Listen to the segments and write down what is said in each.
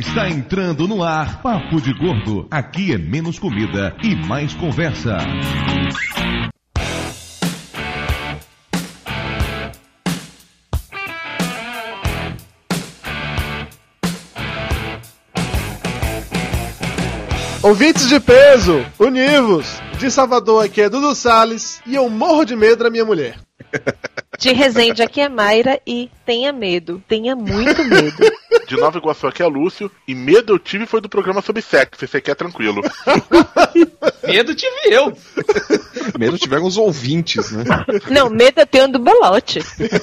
Está entrando no ar Papo de Gordo. Aqui é menos comida e mais conversa. Ouvintes de peso, univos! De Salvador aqui é Dudu Salles e eu morro de medo da minha mulher. De Resende aqui é Mayra e tenha medo, tenha muito medo. De Nova Iguaçu aqui é Lúcio e medo eu tive foi do programa sobre sexo, esse aqui é tranquilo. Medo tive eu. Medo tiveram os ouvintes, né? Não, medo eu tenho do Belote.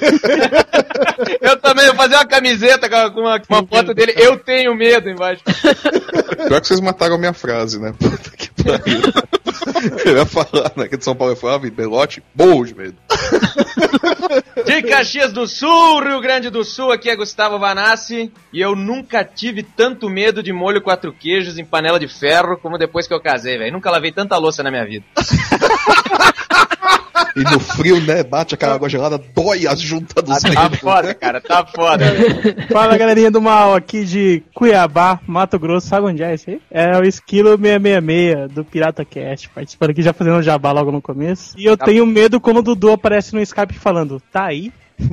Eu também vou fazer uma camiseta com uma foto dele, eu tenho medo embaixo. Pior que vocês mataram a minha frase, né? Puta que pariu. Eu ia falar, né? Que de São Paulo eu falava, Belote, morro de medo. De Caxias do Sul, Rio Grande do Sul, aqui é Gustavo Vanassi. E eu nunca tive tanto medo de molho 4 queijos em panela de ferro como depois que eu casei, velho. Nunca lavei tanta louça na minha vida. E no frio, né? Bate aquela água gelada, dói as juntas dos dedos. Tá foda, cara, tá foda. Fala, galerinha do mal, aqui de Cuiabá, Mato Grosso. Sabe onde é esse aí? É o Esquilo 666 do Pirata Cast, participando aqui, já fazendo um jabá logo no começo. E eu tenho medo quando o Dudu aparece no Skype falando, tá aí?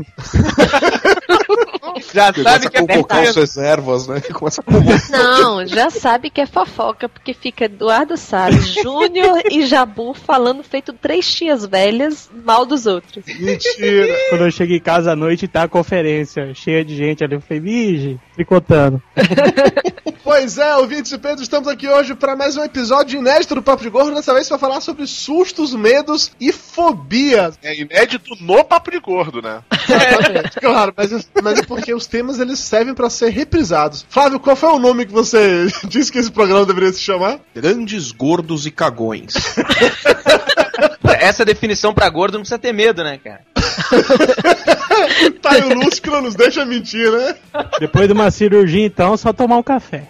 Já sabe que é convocar as reservas, né? Começa a convocar. Não, já sabe que é fofoca, porque fica Eduardo Salles, Júnior e Jabu falando feito 3 tias velhas mal dos outros. Mentira! Quando eu chego em casa à noite, tá a conferência cheia de gente ali, eu falei, vige, tricotando. Pois é, ouvintes de Pedro, estamos aqui hoje para mais um episódio inédito do Papo de Gordo, dessa vez para falar sobre sustos, medos e fobias. É inédito no Papo de Gordo, né? Claro, mas é porque os temas eles servem para ser reprisados. Flávio, qual foi o nome que você disse que esse programa deveria se chamar? Grandes, gordos e cagões. Essa definição pra gordo não precisa ter medo, né, cara? Tá aí o Lúcio que não nos deixa mentir, né? Depois de uma cirurgia, então, só tomar um café.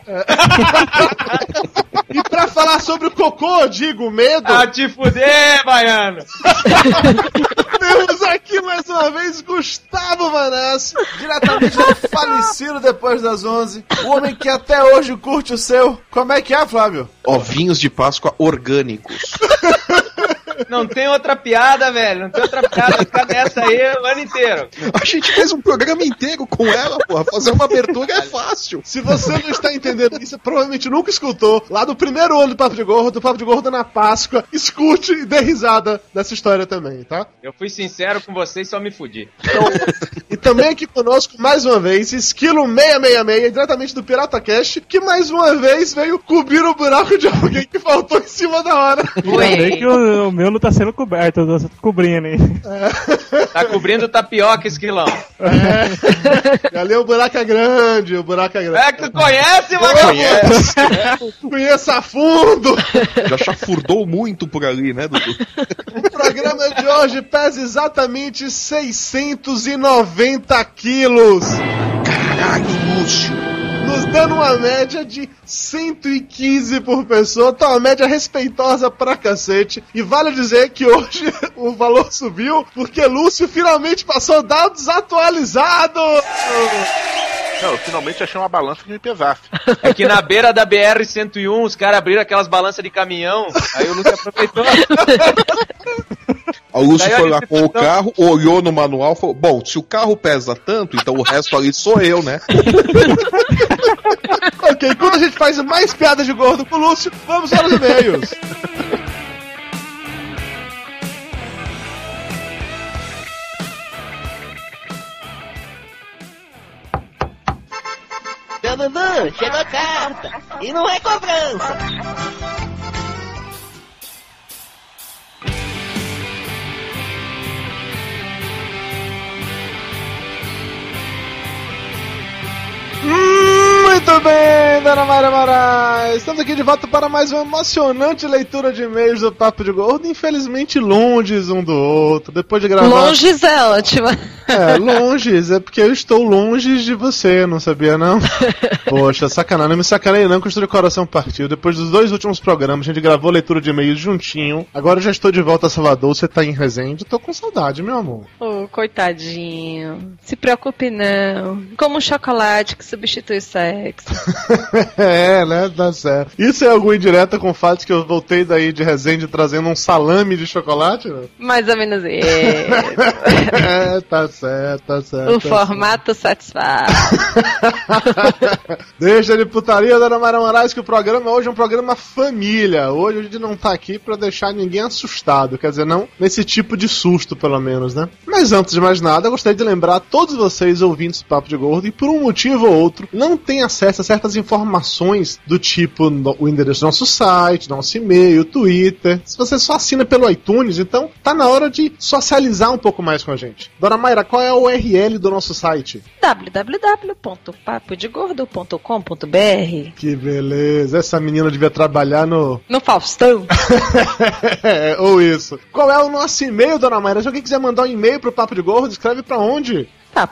E pra falar sobre o cocô, digo, medo... Ah, te fuder, baiano! Temos aqui mais uma vez Gustavo Vanassi, diretamente do falecido Depois das 11, o homem que até hoje curte o seu. Como é que é, Flávio? Ovinhos de Páscoa orgânicos. Não tem outra piada, velho. Não tem outra piada. Fica nessa aí o ano inteiro. A gente fez um programa inteiro com ela, porra. Fazer uma abertura é fácil. Se você não está entendendo isso, provavelmente nunca escutou lá do primeiro ano do Papo de Gordo na Páscoa. Escute e dê risada dessa história também, tá? Eu fui sincero com vocês e só me fudi. Então, e também aqui conosco, mais uma vez, Esquilo 666, diretamente do Pirata Cast, que mais uma vez veio cobrir o buraco de alguém que faltou em cima da hora. Ainda bem que o meu não tá sendo coberto, eu tô cobrindo, hein? Tá cobrindo tapioca, Esquilão. Ali o buraco é grande, o buraco é grande. É que tu conhece, vagabundo? Conheço a fundo. Já chafurdou muito por ali, né, Dudu? O programa de hoje pesa exatamente 690 quilos. Caralho, Lúcio. Nos dando uma média de 115 por pessoa, tá uma média respeitosa pra cacete. E vale dizer que hoje o valor subiu porque Lúcio finalmente passou dados atualizados. Não, eu finalmente achei uma balança que me pesasse. É que na beira da BR-101 os caras abriram aquelas balanças de caminhão, aí o Lúcio aproveitou. O Lúcio foi lá com o carro, olhou no manual e falou, bom, se o carro pesa tanto, então o resto ali sou eu, né? Ok, quando a gente faz mais piadas de gordo com o Lúcio, vamos para os e-mails. Seu Dudu, chegou a carta. E não é cobrança. Muito bem, Ana Mayra Moraes! Estamos aqui de volta para mais uma emocionante leitura de e-mails do Papo de Gordo, infelizmente longes um do outro, depois de gravar... Longes é ótimo. Longes, é porque eu estou longe de você, não sabia não? Poxa, sacanagem, não me sacanei não, que eu estou de coração partido. Depois dos 2 últimos programas, a gente gravou leitura de e-mails juntinho, agora eu já estou de volta a Salvador, você tá em Resende, tô com saudade, meu amor. Coitadinho. Se preocupe não. Como um chocolate que substitui o sexo. Né? Tá certo. Isso é alguma indireta com o fato que eu voltei daí de Resende trazendo um salame de chocolate? Né? Mais ou menos isso. Tá certo. O formato satisfaz. Deixa de putaria, Dona Mayra Moraes, que o programa hoje é um programa família. Hoje a gente não tá aqui pra deixar ninguém assustado. Quer dizer, não nesse tipo de susto, pelo menos, né? Mas antes de mais nada, eu gostaria de lembrar a todos vocês, ouvintes do Papo de Gordo, e por um motivo ou outro, não tem acesso a certas informações do tipo o endereço do nosso site, nosso e-mail, Twitter. Se você só assina pelo iTunes, então tá na hora de socializar um pouco mais com a gente. Dona Mayra, qual é a URL do nosso site? www.papodiegordo.com.br. Que beleza, essa menina devia trabalhar no Faustão. Ou isso. Qual é o nosso e-mail, Dona Mayra? Se alguém quiser mandar um e-mail pro Papo de Gordo, escreve pra onde?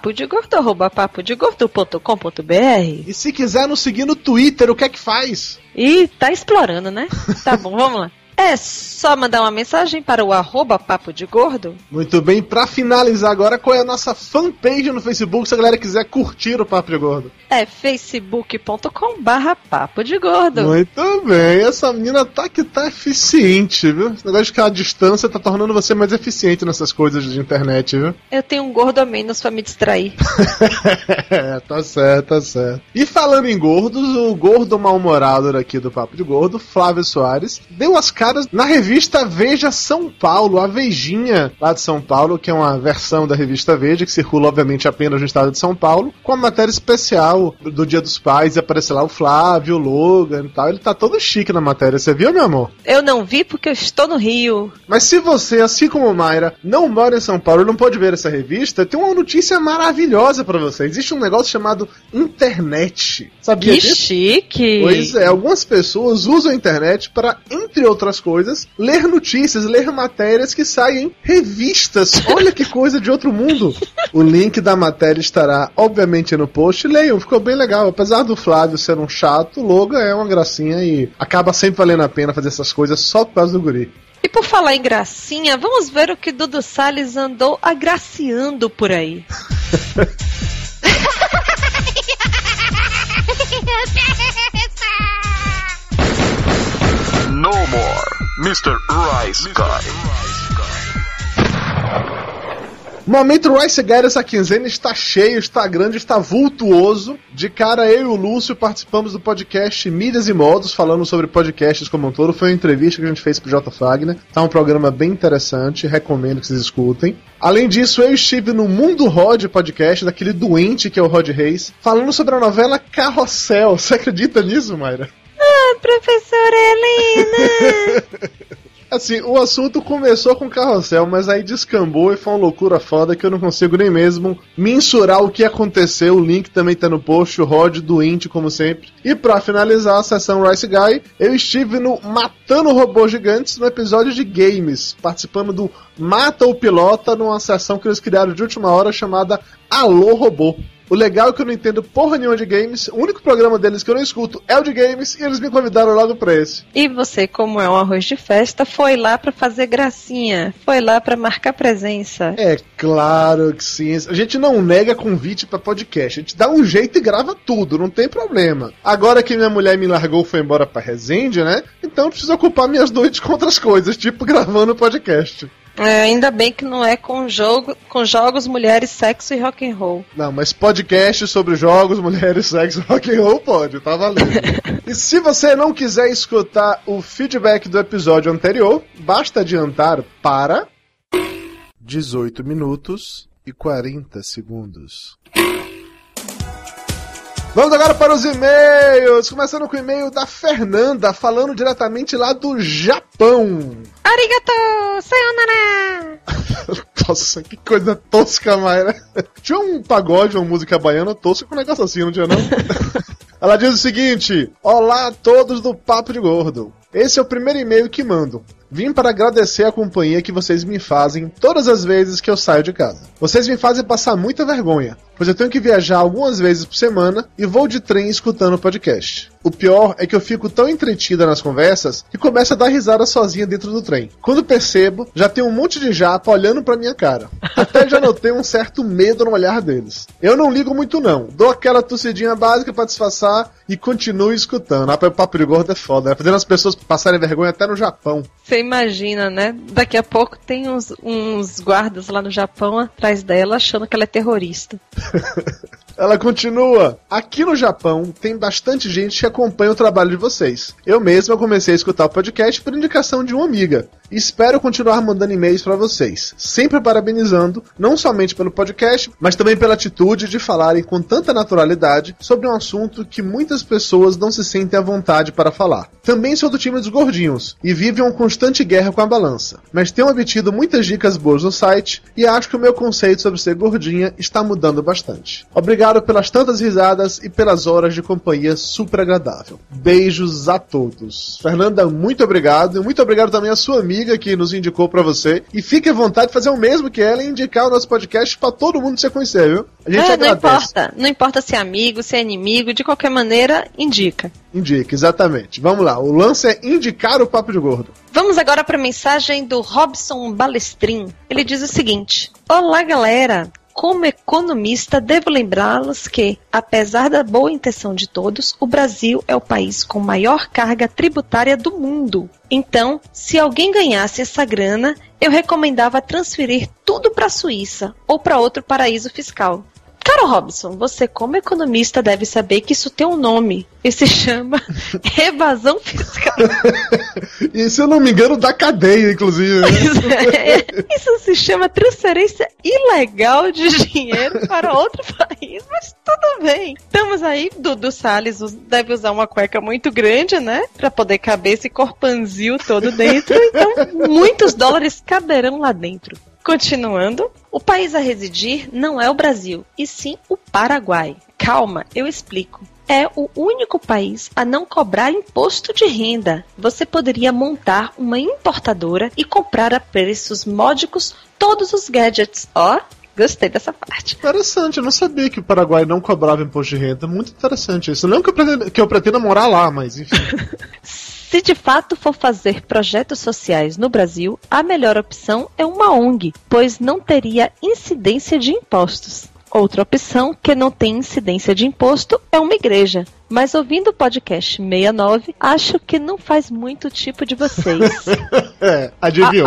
papodiegordo@papodiegordo.com.br. E se quiser nos seguir no Twitter, o que é que faz? Ih, tá explorando, né? Tá bom, vamos lá. É só mandar uma mensagem para o @Papo de Gordo. Muito bem, pra finalizar agora, qual é a nossa fanpage no Facebook, se a galera quiser curtir o Papo de Gordo? É facebook.com/Papo de Gordo. Muito bem, essa menina tá eficiente, viu? Esse negócio de ficar à distância tá tornando você mais eficiente nessas coisas de internet, viu? Eu tenho um gordo a menos pra me distrair. Tá certo. E falando em gordos, o gordo mal-humorado aqui do Papo de Gordo, Flávio Soares, deu as caras na revista Veja São Paulo, a Vejinha lá de São Paulo, que é uma versão da revista Veja, que circula obviamente apenas no estado de São Paulo, com a matéria especial do Dia dos Pais, e aparece lá o Flávio, o Logan e tal. Ele tá todo chique na matéria, você viu, meu amor? Eu não vi porque eu estou no Rio. Mas se você, assim como Mayra, não mora em São Paulo e não pode ver essa revista, tem uma notícia maravilhosa pra você. Existe um negócio chamado internet. Sabia disso? Que chique! Pois é, algumas pessoas usam a internet para, entre outras coisas, ler notícias, ler matérias que saem em revistas. Olha que coisa de outro mundo. O link da matéria estará, obviamente, no post. Leiam, ficou bem legal. Apesar do Flávio ser um chato, o Logan é uma gracinha e acaba sempre valendo a pena fazer essas coisas só por causa do guri. E por falar em gracinha, vamos ver o que Dudu Salles andou agraciando por aí. No more, Mr. Rice Guy. Momento Rice Guy, essa quinzena está cheio, está grande, está vultuoso. De cara, eu e o Lúcio participamos do podcast Mídias e Modos, falando sobre podcasts como um todo. Foi uma entrevista que a gente fez pro J. Fagner. Tá um programa bem interessante, recomendo que vocês escutem. Além disso, eu estive no Mundo Rod podcast, daquele doente que é o Rod Reis, falando sobre a novela Carrossel. Você acredita nisso, Mayra? Ah, professora Helena! Assim, o assunto começou com Carrossel, mas aí descambou e foi uma loucura foda que eu não consigo nem mesmo mensurar o que aconteceu. O link também tá no post, o Rod doente, como sempre. E pra finalizar a sessão Rice Guy, eu estive no Matando Robôs Gigantes, no episódio de games, participando do Mata ou Pilota, numa sessão que eles criaram de última hora chamada Alô Robô. O legal é que eu não entendo porra nenhuma de games, o único programa deles que eu não escuto é o de games, e eles me convidaram logo pra esse. E você, como é um arroz de festa, foi lá pra fazer gracinha, foi lá pra marcar presença. É claro que sim, a gente não nega convite pra podcast, a gente dá um jeito e grava tudo, não tem problema. Agora que minha mulher me largou e foi embora pra Resende, né, então eu preciso ocupar minhas noites com outras coisas, tipo gravando podcast. Ainda bem que não é com jogos, mulheres, sexo e rock and roll. Não, mas podcast sobre jogos, mulheres, sexo e rock and roll pode, tá valendo. E se você não quiser escutar o feedback do episódio anterior, basta adiantar para 18 minutos e 40 segundos. Vamos agora para os e-mails, começando com o e-mail da Fernanda, falando diretamente lá do Japão. Arigato, sayonara! Nossa, que coisa tosca, Mayra. Tinha um pagode, uma música baiana tosca com um negócio assim, não tinha não? Ela diz o seguinte: olá a todos do Papo de Gordo. Esse é o primeiro e-mail que mando. Vim para agradecer a companhia que vocês me fazem todas as vezes que eu saio de casa. Vocês me fazem passar muita vergonha, pois eu tenho que viajar algumas vezes por semana e vou de trem escutando o podcast. O pior é que eu fico tão entretida nas conversas que começo a dar risada sozinha dentro do trem. Quando percebo, já tem um monte de japa olhando pra minha cara. Até já notei um certo medo no olhar deles. Eu não ligo muito não, dou aquela tossidinha básica pra disfarçar e continuo escutando. O Papo de Gordo é foda, né? Fazendo as pessoas passarem vergonha até no Japão. Você imagina, né? Daqui a pouco tem uns guardas lá no Japão atrás dela achando que ela é terrorista. Ela continua: aqui no Japão tem bastante gente que acompanha o trabalho de vocês. Eu mesma comecei a escutar o podcast por indicação de uma amiga. E espero continuar mandando e-mails pra vocês, sempre parabenizando, não somente pelo podcast, mas também pela atitude de falarem com tanta naturalidade sobre um assunto que muitas pessoas não se sentem à vontade para falar. Também sou do time dos gordinhos e vive uma constante guerra com a balança, mas tenho obtido muitas dicas boas no site e acho que o meu conceito sobre ser gordinha está mudando bastante. Obrigado pelas tantas risadas e pelas horas de companhia super agradável. Beijos a todos. Fernanda, muito obrigado. E muito obrigado também à sua amiga que nos indicou pra você. E fique à vontade de fazer o mesmo que ela e indicar o nosso podcast pra todo mundo que você conhecer, viu? A gente agradece. Não importa se é amigo, se é inimigo, de qualquer maneira, indica. Indica, exatamente. Vamos lá, o lance é indicar o Papo de Gordo. Vamos agora para a mensagem do Robson Balestrin. Ele diz o seguinte: olá, galera. Como economista, devo lembrá-los que, apesar da boa intenção de todos, o Brasil é o país com maior carga tributária do mundo. Então, se alguém ganhasse essa grana, eu recomendava transferir tudo para a Suíça ou para outro paraíso fiscal. Caro Robson, você como economista deve saber que isso tem um nome. E se chama evasão fiscal. E se eu não me engano, da cadeia, inclusive. Né? Isso se chama transferência ilegal de dinheiro para outro país, mas tudo bem. Estamos aí, Dudu Salles deve usar uma cueca muito grande, né? Para poder caber esse corpanzil todo dentro. Então, muitos dólares caberão lá dentro. Continuando, o país a residir não é o Brasil, e sim o Paraguai. Calma, eu explico. É o único país a não cobrar imposto de renda. Você poderia montar uma importadora e comprar a preços módicos todos os gadgets. Ó, gostei dessa parte. Interessante, eu não sabia que o Paraguai não cobrava imposto de renda. Muito interessante isso. Não que eu pretenda morar lá, mas enfim. Se de fato for fazer projetos sociais no Brasil, a melhor opção é uma ONG, pois não teria incidência de impostos. Outra opção que não tem incidência de imposto é uma igreja. Mas ouvindo o podcast 69, acho que não faz muito tipo de vocês. Adivinhou.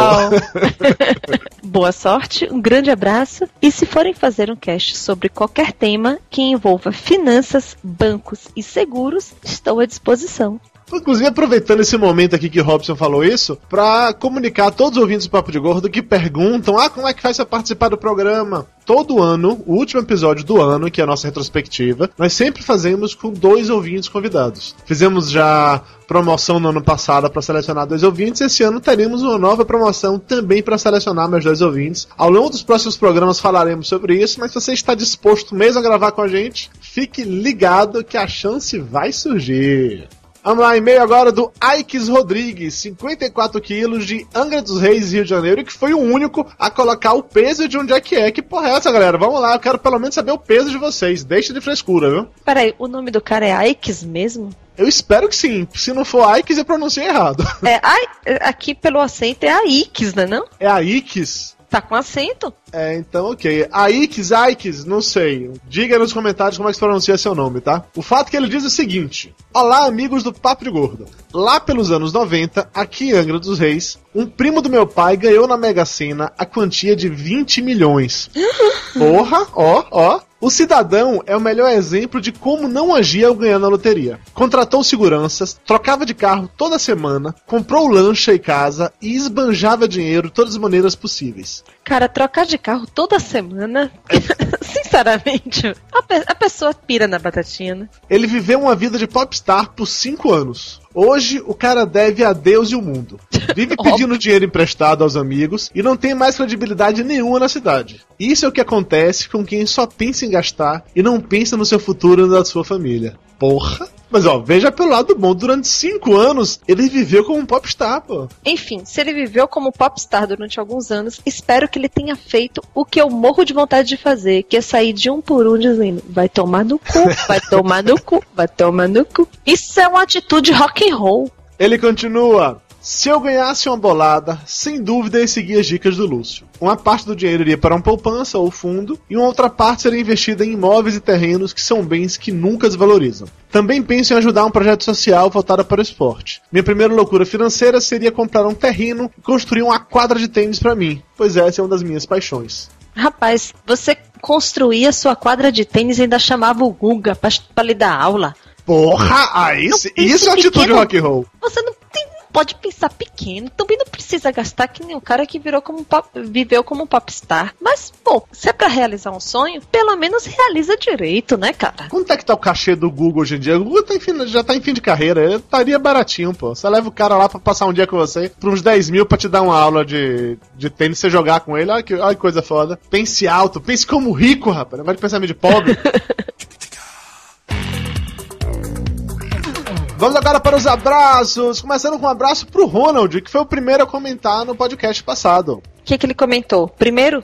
Boa sorte, um grande abraço. E se forem fazer um cast sobre qualquer tema que envolva finanças, bancos e seguros, estou à disposição. Inclusive, aproveitando esse momento aqui que o Robson falou isso, pra comunicar a todos os ouvintes do Papo de Gordo que perguntam: como é que faz pra participar do programa? Todo ano, o último episódio do ano, que é a nossa retrospectiva, nós sempre fazemos com 2 ouvintes convidados. Fizemos já promoção no ano passado para selecionar 2 ouvintes, esse ano teremos uma nova promoção também para selecionar mais 2 ouvintes. Ao longo dos próximos programas falaremos sobre isso, mas se você está disposto mesmo a gravar com a gente, fique ligado que a chance vai surgir. Vamos lá, e-mail agora do Aikes Rodrigues, 54 quilos, de Angra dos Reis, Rio de Janeiro, que foi o único a colocar o peso de onde é que é. Que porra é essa, galera? Vamos lá, eu quero pelo menos saber o peso de vocês. Deixa de frescura, viu? Peraí, o nome do cara é Aikes mesmo? Eu espero que sim. Se não for Aikes, eu pronunciei errado. Aqui pelo acento é Aikes, né não? É Aikes? Tá com acento? Então ok. Aikes, não sei. Diga nos comentários como é que se pronuncia seu nome, tá? O fato que ele diz é o seguinte: olá, amigos do Papo de Gordo. Lá pelos anos 90, aqui em Angra dos Reis, um primo do meu pai ganhou na Mega Sena a quantia de 20 milhões. Porra, ó. O cidadão é o melhor exemplo de como não agir ao ganhar na loteria. Contratou seguranças, trocava de carro toda semana, comprou lancha e casa e esbanjava dinheiro de todas as maneiras possíveis. Cara, trocar de carro toda semana, sinceramente, a pessoa pira na batatinha, né? Ele viveu uma vida de popstar por 5 anos. Hoje, o cara deve a Deus e o mundo. Vive pedindo dinheiro emprestado aos amigos e não tem mais credibilidade nenhuma na cidade. Isso é o que acontece com quem só pensa em gastar e não pensa no seu futuro e no da sua família. Porra. Mas ó, veja pelo lado bom, durante 5 anos ele viveu como um popstar, pô. Enfim, se ele viveu como popstar durante alguns anos, espero que ele tenha feito o que eu morro de vontade de fazer, que é sair de um por um dizendo: vai tomar no cu, vai tomar no cu, vai tomar no cu. Isso é uma atitude rock and roll. Ele continua: se eu ganhasse uma bolada, sem dúvida eu seguia as dicas do Lúcio. Uma parte do dinheiro iria para uma poupança ou fundo, e uma outra parte seria investida em imóveis e terrenos, que são bens que nunca se valorizam. Também penso em ajudar um projeto social voltado para o esporte. Minha primeira loucura financeira seria comprar um terreno e construir uma quadra de tênis para mim, pois essa é uma das minhas paixões. Rapaz, você construía sua quadra de tênis e ainda chamava o Guga pra lhe dar aula. Porra, aí isso é atitude rock and roll. Você não pode pensar pequeno, também não precisa gastar que nem um cara que viveu como popstar. Mas, pô, se é pra realizar um sonho, pelo menos realiza direito, né, cara? Quanto é que tá o cachê do Google hoje em dia? O Google já tá em fim de carreira, ele estaria baratinho, pô. Você leva o cara lá pra passar um dia com você, por uns 10 mil pra te dar uma aula de tênis, você jogar com ele, olha que coisa foda. Pense alto, pense como rico, rapaz, não vai de pensamento de pobre. Vamos agora para os abraços, começando com um abraço pro Ronald, que foi o primeiro a comentar no podcast passado. O que ele comentou? Primeiro?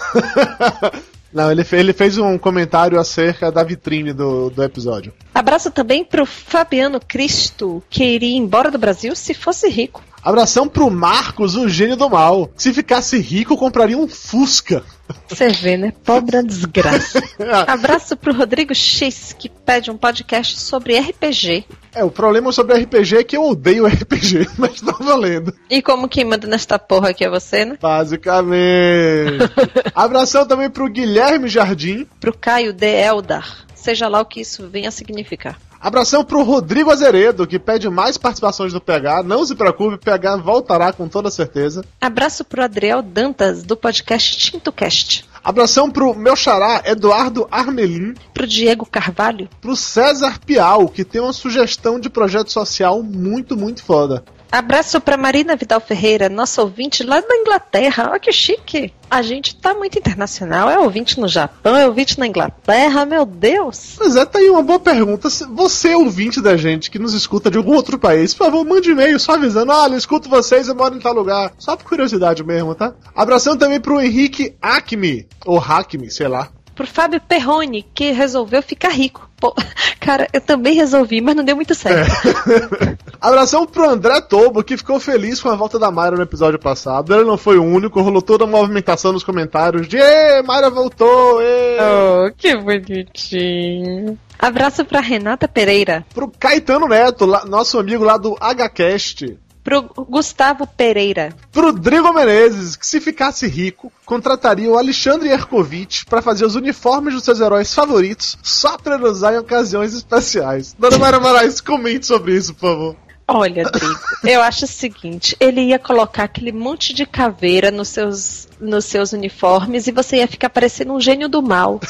Não, ele fez um comentário acerca da vitrine do episódio. Abraço também pro Fabiano Cristo, que iria embora do Brasil se fosse rico. Abração pro Marcos, o gênio do mal. Se ficasse rico, compraria um Fusca. Você vê, né? Pobre desgraça. Abraço pro Rodrigo X, que pede um podcast sobre RPG. O problema sobre RPG é que eu odeio RPG, mas tá valendo. E como quem manda nesta porra aqui é você, né? Basicamente. Abração também pro Guilherme Jardim. Pro Caio de Eldar. Seja lá o que isso venha a significar. Abração pro Rodrigo Azeredo, que pede mais participações do PH. Não se preocupe, o PH voltará com toda certeza. Abraço pro Adriel Dantas, do podcast TintoCast. Abração pro meu xará, Eduardo Armelin. Pro Diego Carvalho. Pro César Piau, que tem uma sugestão de projeto social muito, muito foda. Abraço pra Marina Vidal Ferreira, nossa ouvinte lá da Inglaterra. Olha que chique. A gente tá muito internacional. É ouvinte no Japão, é ouvinte na Inglaterra, meu Deus. Pois é, tá aí uma boa pergunta. Você é ouvinte da gente que nos escuta de algum outro país, por favor, mande e-mail só avisando: olha, eu escuto vocês, eu moro em tal lugar. Só por curiosidade mesmo, tá? Abração também pro Henrique Acme, ou Hackme, sei lá. Pro Fábio Perrone, que resolveu ficar rico. Pô, cara, eu também resolvi, mas não deu muito certo. Abração pro André Tobo, que ficou feliz com a volta da Mayra no episódio passado. Ele não foi o único, rolou toda a movimentação nos comentários de Mayra voltou! Oh, que bonitinho. Abraço pra Renata Pereira. Pro Caetano Neto, nosso amigo lá do HCast. Pro Gustavo Pereira. Pro Drigo Menezes, que se ficasse rico, contrataria o Alexandre Yerkovich pra fazer os uniformes dos seus heróis favoritos, só pra ele usar em ocasiões especiais. Dona Mayra Moraes, comente sobre isso, por favor. Olha, Drigo, eu acho o seguinte: ele ia colocar aquele monte de caveira nos seus uniformes e você ia ficar parecendo um gênio do mal.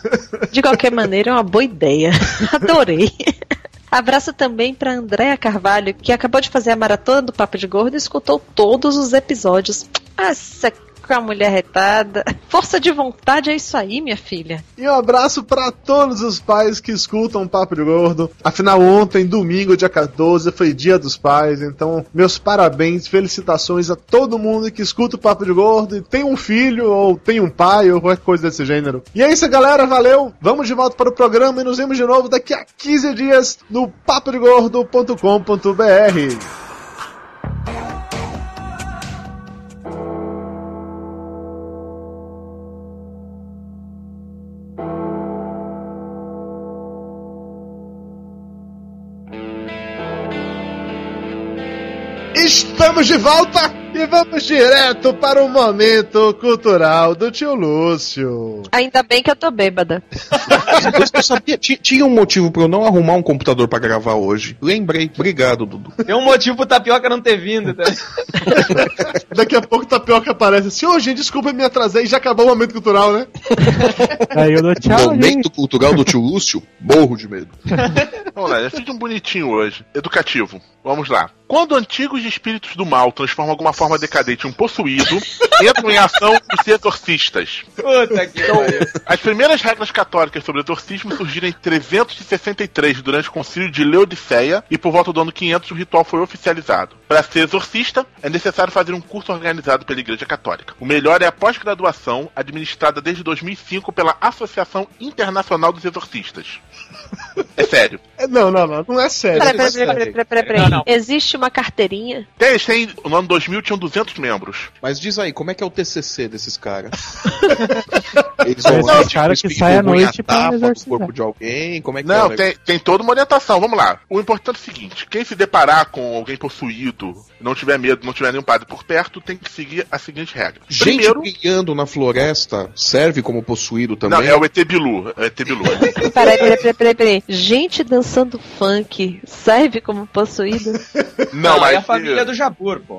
De qualquer maneira, é uma boa ideia. Adorei. Abraço também para Andréa Carvalho, que acabou de fazer a maratona do Papo de Gordo e escutou todos os episódios. Essa com a mulher retada. Força de vontade, é isso aí, minha filha. E um abraço para todos os pais que escutam o Papo de Gordo. Afinal, ontem, domingo, dia 14, foi Dia dos Pais. Então, meus parabéns, felicitações a todo mundo que escuta o Papo de Gordo e tem um filho, ou tem um pai, ou qualquer coisa desse gênero. E é isso, galera, valeu. Vamos de volta para o programa e nos vemos de novo daqui a 15 dias no papodegordo.com.br. Estamos de volta e vamos direto para o momento cultural do tio Lúcio. Ainda bem que eu tô bêbada. Eu sabia, tinha um motivo pra eu não arrumar um computador pra gravar hoje. Lembrei. Obrigado, Dudu. Tem um motivo pro Tapioca não ter vindo, tá? Daqui a pouco o Tapioca aparece assim: ô, gente, desculpa, me atrasei e já acabou o momento cultural, né? Aí eu dou tchau. Momento cultural do tio Lúcio, morro de medo. Vamos lá, já fiz um bonitinho hoje. Educativo. Vamos lá. Quando antigos espíritos do mal transformam alguma forma decadente em um possuído, entram em ação os exorcistas. Puta que pariu. As primeiras regras católicas sobre exorcismo surgiram em 363, durante o concílio de Laodiceia, e por volta do ano 500 o ritual foi oficializado. Para ser exorcista, é necessário fazer um curso organizado pela Igreja Católica. O melhor é a pós-graduação, administrada desde 2005 pela Associação Internacional dos Exorcistas. É sério. Não é sério. Peraí. Não. Existe uma carteirinha? Tem, no ano 2000 tinham 200 membros. Mas diz aí, como é que é o TCC desses caras? Eles Os caras que saem à noite pra o exorcizar. corpo de alguém, como é que Não, é? tem toda uma orientação, vamos lá. O importante é o seguinte, quem se deparar com alguém possuído, não tiver medo, não tiver nenhum padre por perto, tem que seguir a seguinte regra. Gente Primeiro, brigando na floresta serve como possuído também? não, é o ET Bilu. Peraí. Gente dançando funk serve como possuído? Não, É mas a família do Jabur, pô.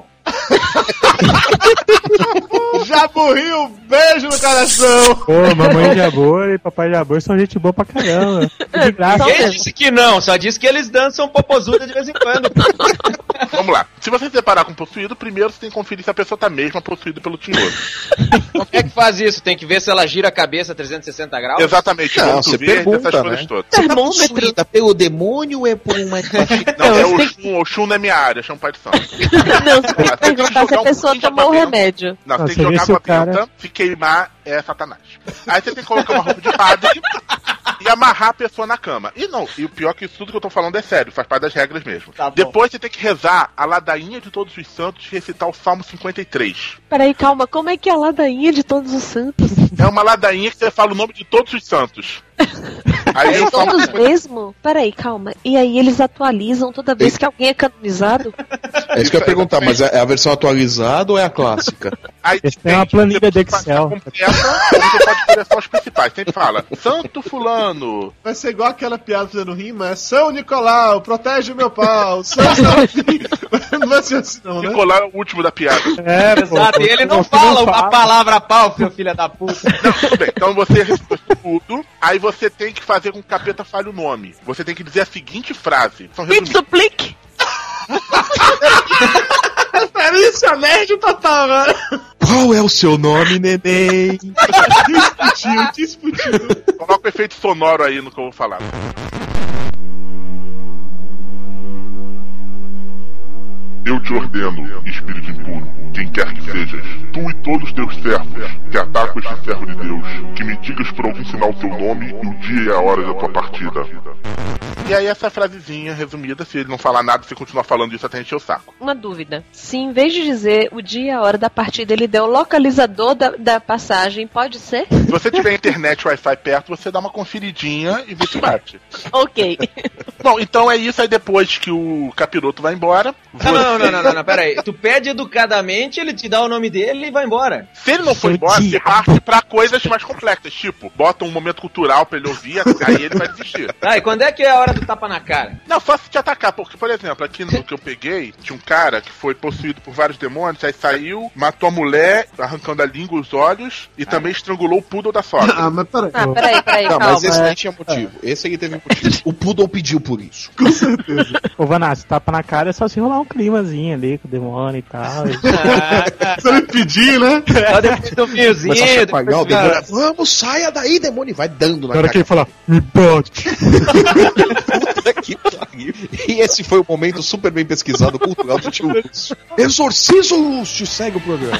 Jaburrinho, beijo no coração. Pô, mamãe Jabor e papai Jabor são gente boa pra caramba. De graça. Quem disse que não? Só disse que eles dançam popozuda de vez em quando. Vamos lá. Se você se deparar com um possuído, primeiro você tem que conferir se a pessoa tá mesmo possuída pelo tinhoso. Como é que faz isso? Tem que ver se ela gira a cabeça 360 graus? Exatamente. Não, vômito você verde, pergunta, essas coisas né? todas. Termômetro. Pelo demônio ou é por uma... Não, é o Oxum não é minha área, chama pai de santo. Não, você tem que perguntar se a pessoa tomou o remédio. Não, Não, você tem você que vê jogar se o água benta, cara- se queimar é Satanás. Aí você tem que colocar uma roupa de padre e amarrar a pessoa na cama. E o pior que isso tudo que eu tô falando é sério, faz parte das regras mesmo. Tá bom. Depois você tem que rezar a ladainha de todos os santos e recitar o Salmo 53. Peraí, calma, como é que é a ladainha de todos os santos? É uma ladainha que você fala o nome de todos os santos. Aí o Salmo Todos 53. mesmo? Peraí, calma. E aí eles atualizam toda vez que alguém é canonizado? É isso que eu ia perguntar, mas é a versão atualizada ou é a clássica? Aí Eles têm uma planilha você de pode Excel. fazer completa, ou você pode escolher só os principais. Sempre fala, Santo Fulano. Vai ser igual aquela piada fazendo rima, é São Nicolau, protege o meu pau, São Serafim. Não vai ser assim não, né? Nicolau é o último da piada. É, pô. Exato, e ele não fala a palavra pau, filha da puta. Não, tudo bem. Então você recitou tudo, aí você tem que fazer com que o capeta fale o nome. Você tem que dizer a seguinte frase. São Me resumidas. suplique! Referência nerd total agora. Qual é o seu nome, neném? Disputinho. Coloca o efeito sonoro aí no que eu vou falar. Eu te ordeno, espírito impuro, quem quer que sejas, tu e todos teus servos, que atacam este servo de Deus, que me digas por algum sinal o teu nome e o dia e a hora da tua partida. E aí essa frasezinha resumida, se ele não falar nada, você continuar falando isso até encher o saco. Uma dúvida. Se em vez de dizer o dia e a hora da partida, ele der o localizador da passagem, pode ser? Se você tiver internet e Wi-Fi perto, você dá uma conferidinha e vê se bate. Ok. Bom, então é isso aí depois que o capiroto vai embora. Não, pera aí. Tu pede educadamente, ele te dá o nome dele e vai embora. Se ele não for embora, você parte pra coisas mais complexas, tipo, bota um momento cultural pra ele ouvir, aí ele vai desistir. Ah, e quando é que é a hora do tapa na cara? Não, só se te atacar, porque, por exemplo, aqui no que eu peguei, tinha um cara que foi possuído por vários demônios, aí saiu, matou a mulher, arrancando a língua e os olhos, e também estrangulou o poodle da sogra. Ah, mas peraí. Ah, peraí, Não, calma. mas esse aí tinha motivo. Esse aí teve motivo. O Poodle pediu por isso. Ô, Vanassi, tapa na cara é só se rolar um climazinho ali com o demônio e tal. Você me pedir, né? Só depois do fiozinho. Começa a chacoalhar o depois- demônio. Vamos, saia daí, demônio. E vai dando na Na hora que cara. ele fala, me bote. Puta que pariu. E esse foi o momento super bem pesquisado cultural do tio Lúcio. Exorcizo Lúcio, segue o programa.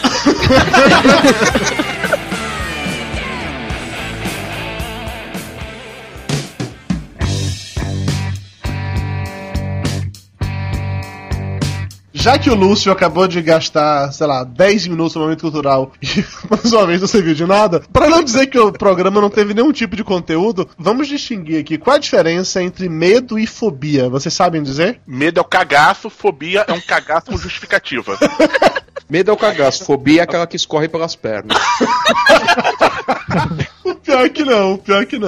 Já que o Lúcio acabou de gastar, sei lá, 10 minutos no momento cultural e mais uma vez não serviu de nada, pra não dizer que o programa não teve nenhum tipo de conteúdo, vamos distinguir aqui qual a diferença entre medo e fobia. Vocês sabem dizer? Medo é o cagaço, fobia é um cagaço com justificativa. Medo é o cagaço, fobia é aquela que escorre pelas pernas. Pior que não.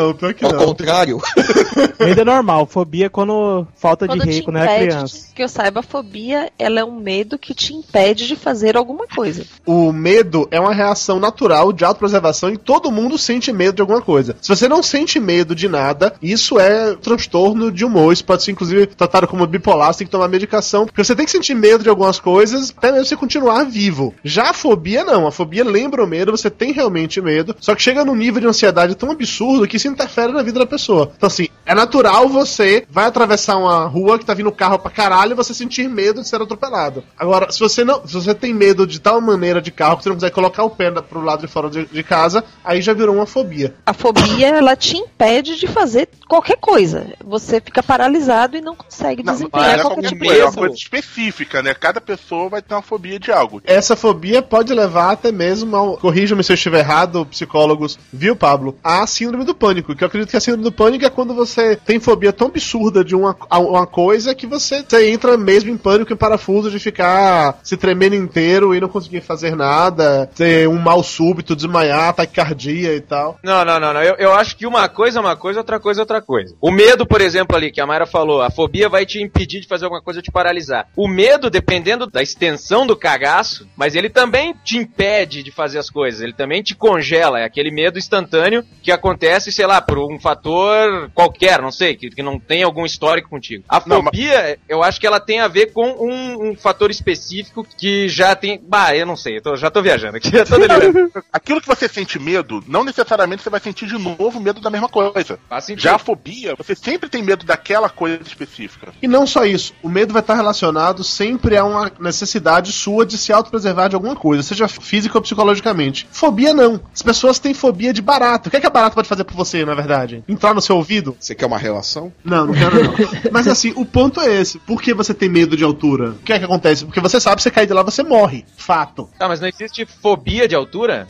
Ao contrário. Medo é normal, fobia é quando falta Quando de rei, te quando era impede, criança. que eu saiba, a fobia, ela é um medo que te impede de fazer alguma coisa. O medo é uma reação natural de autopreservação e todo mundo sente medo de alguma coisa. Se você não sente medo de nada, isso é transtorno de humor. Isso pode ser, inclusive, tratado como bipolar, você tem que tomar medicação, porque você tem que sentir medo de algumas coisas até mesmo você continuar vivo. Já a fobia, não. A fobia lembra o medo, você tem realmente medo, só que chega num nível de ansiedade tão absurdo que isso interfere na vida da pessoa. Então, assim, é natural você vai atravessar uma rua que tá vindo carro pra caralho e você sentir medo de ser atropelado. Agora, se você tem medo de tal maneira de carro que você não quiser colocar o pé pro lado de fora de casa, aí já virou uma fobia. A fobia, ela te impede de fazer qualquer coisa. Você fica paralisado e não consegue desempenhar qualquer tipo de coisa. É uma coisa. coisa específica, né? Cada pessoa vai ter uma fobia de algo. Essa fobia pode levar até mesmo ao, corrija-me se eu estiver errado, psicólogos, viu, Pablo? A síndrome do pânico, que eu acredito que a síndrome do pânico é quando você tem fobia tão absurda de uma coisa que você entra mesmo em pânico, em parafuso de ficar se tremendo inteiro e não conseguir fazer nada, ter um mal súbito, desmaiar, taquicardia e tal. Não. Eu acho que uma coisa é uma coisa, outra coisa é outra coisa. O medo, por exemplo, ali, que a Mayra falou, a fobia vai te impedir de fazer alguma coisa, te paralisar. O medo, dependendo da extensão do cagaço, mas ele também te impede de fazer as coisas, ele também te congela, é aquele medo instantâneo que acontece, sei lá, por um fator qualquer, não sei, que não tem algum histórico contigo. A fobia, eu acho que ela tem a ver com um fator específico que já tem... eu não sei, já tô viajando aqui, já tô delirando. Aquilo que você sente medo, não necessariamente você vai sentir de novo medo da mesma coisa. Já a fobia, você sempre tem medo daquela coisa específica. E não só isso, o medo vai estar relacionado sempre a uma necessidade sua de se autopreservar de alguma coisa, seja física ou psicologicamente. Fobia não. As pessoas têm fobia de barato. O que é que a barata pode fazer por você, na verdade? Entrar no seu ouvido? Você quer uma relação? Não quero não. Mas assim, o ponto é esse. Por que você tem medo de altura? O que é que acontece? Porque você sabe que você cair de lá, você morre. Fato. Tá, mas não existe fobia de altura?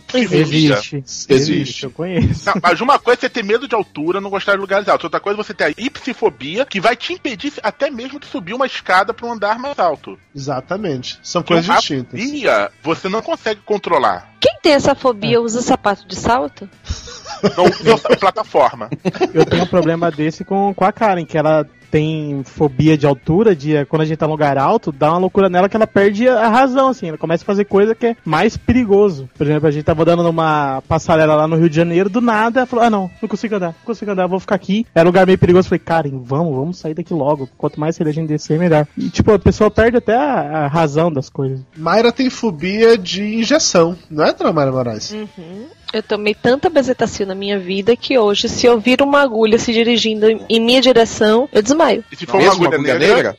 Existe. Eu conheço. Não, mas uma coisa é você ter medo de altura, não gostar de lugares altos. Outra coisa é você ter a ipsifobia, que vai te impedir até mesmo de subir uma escada para um andar mais alto. Exatamente. São coisas distintas. A fobia, você não consegue controlar. Quem tem essa fobia usa sapato de salto? Não usa plataforma. Eu tenho um problema desse com a Karen, que ela tem fobia de altura, quando a gente tá num lugar alto, dá uma loucura nela que ela perde a razão, assim, ela começa a fazer coisa que é mais perigoso. Por exemplo, a gente tava andando numa passarela lá no Rio de Janeiro, do nada, ela falou, não consigo andar, vou ficar aqui. Era um lugar meio perigoso, eu falei, Karen, vamos sair daqui logo, quanto mais cedo a gente descer, melhor. E tipo, a pessoa perde até a razão das coisas. Mayra tem fobia de injeção, não é, Mayra Moraes? Uhum. Eu tomei tanta bezetacil na minha vida que hoje, se eu vir uma agulha se dirigindo em minha direção, eu desmaio. E se for uma agulha negra?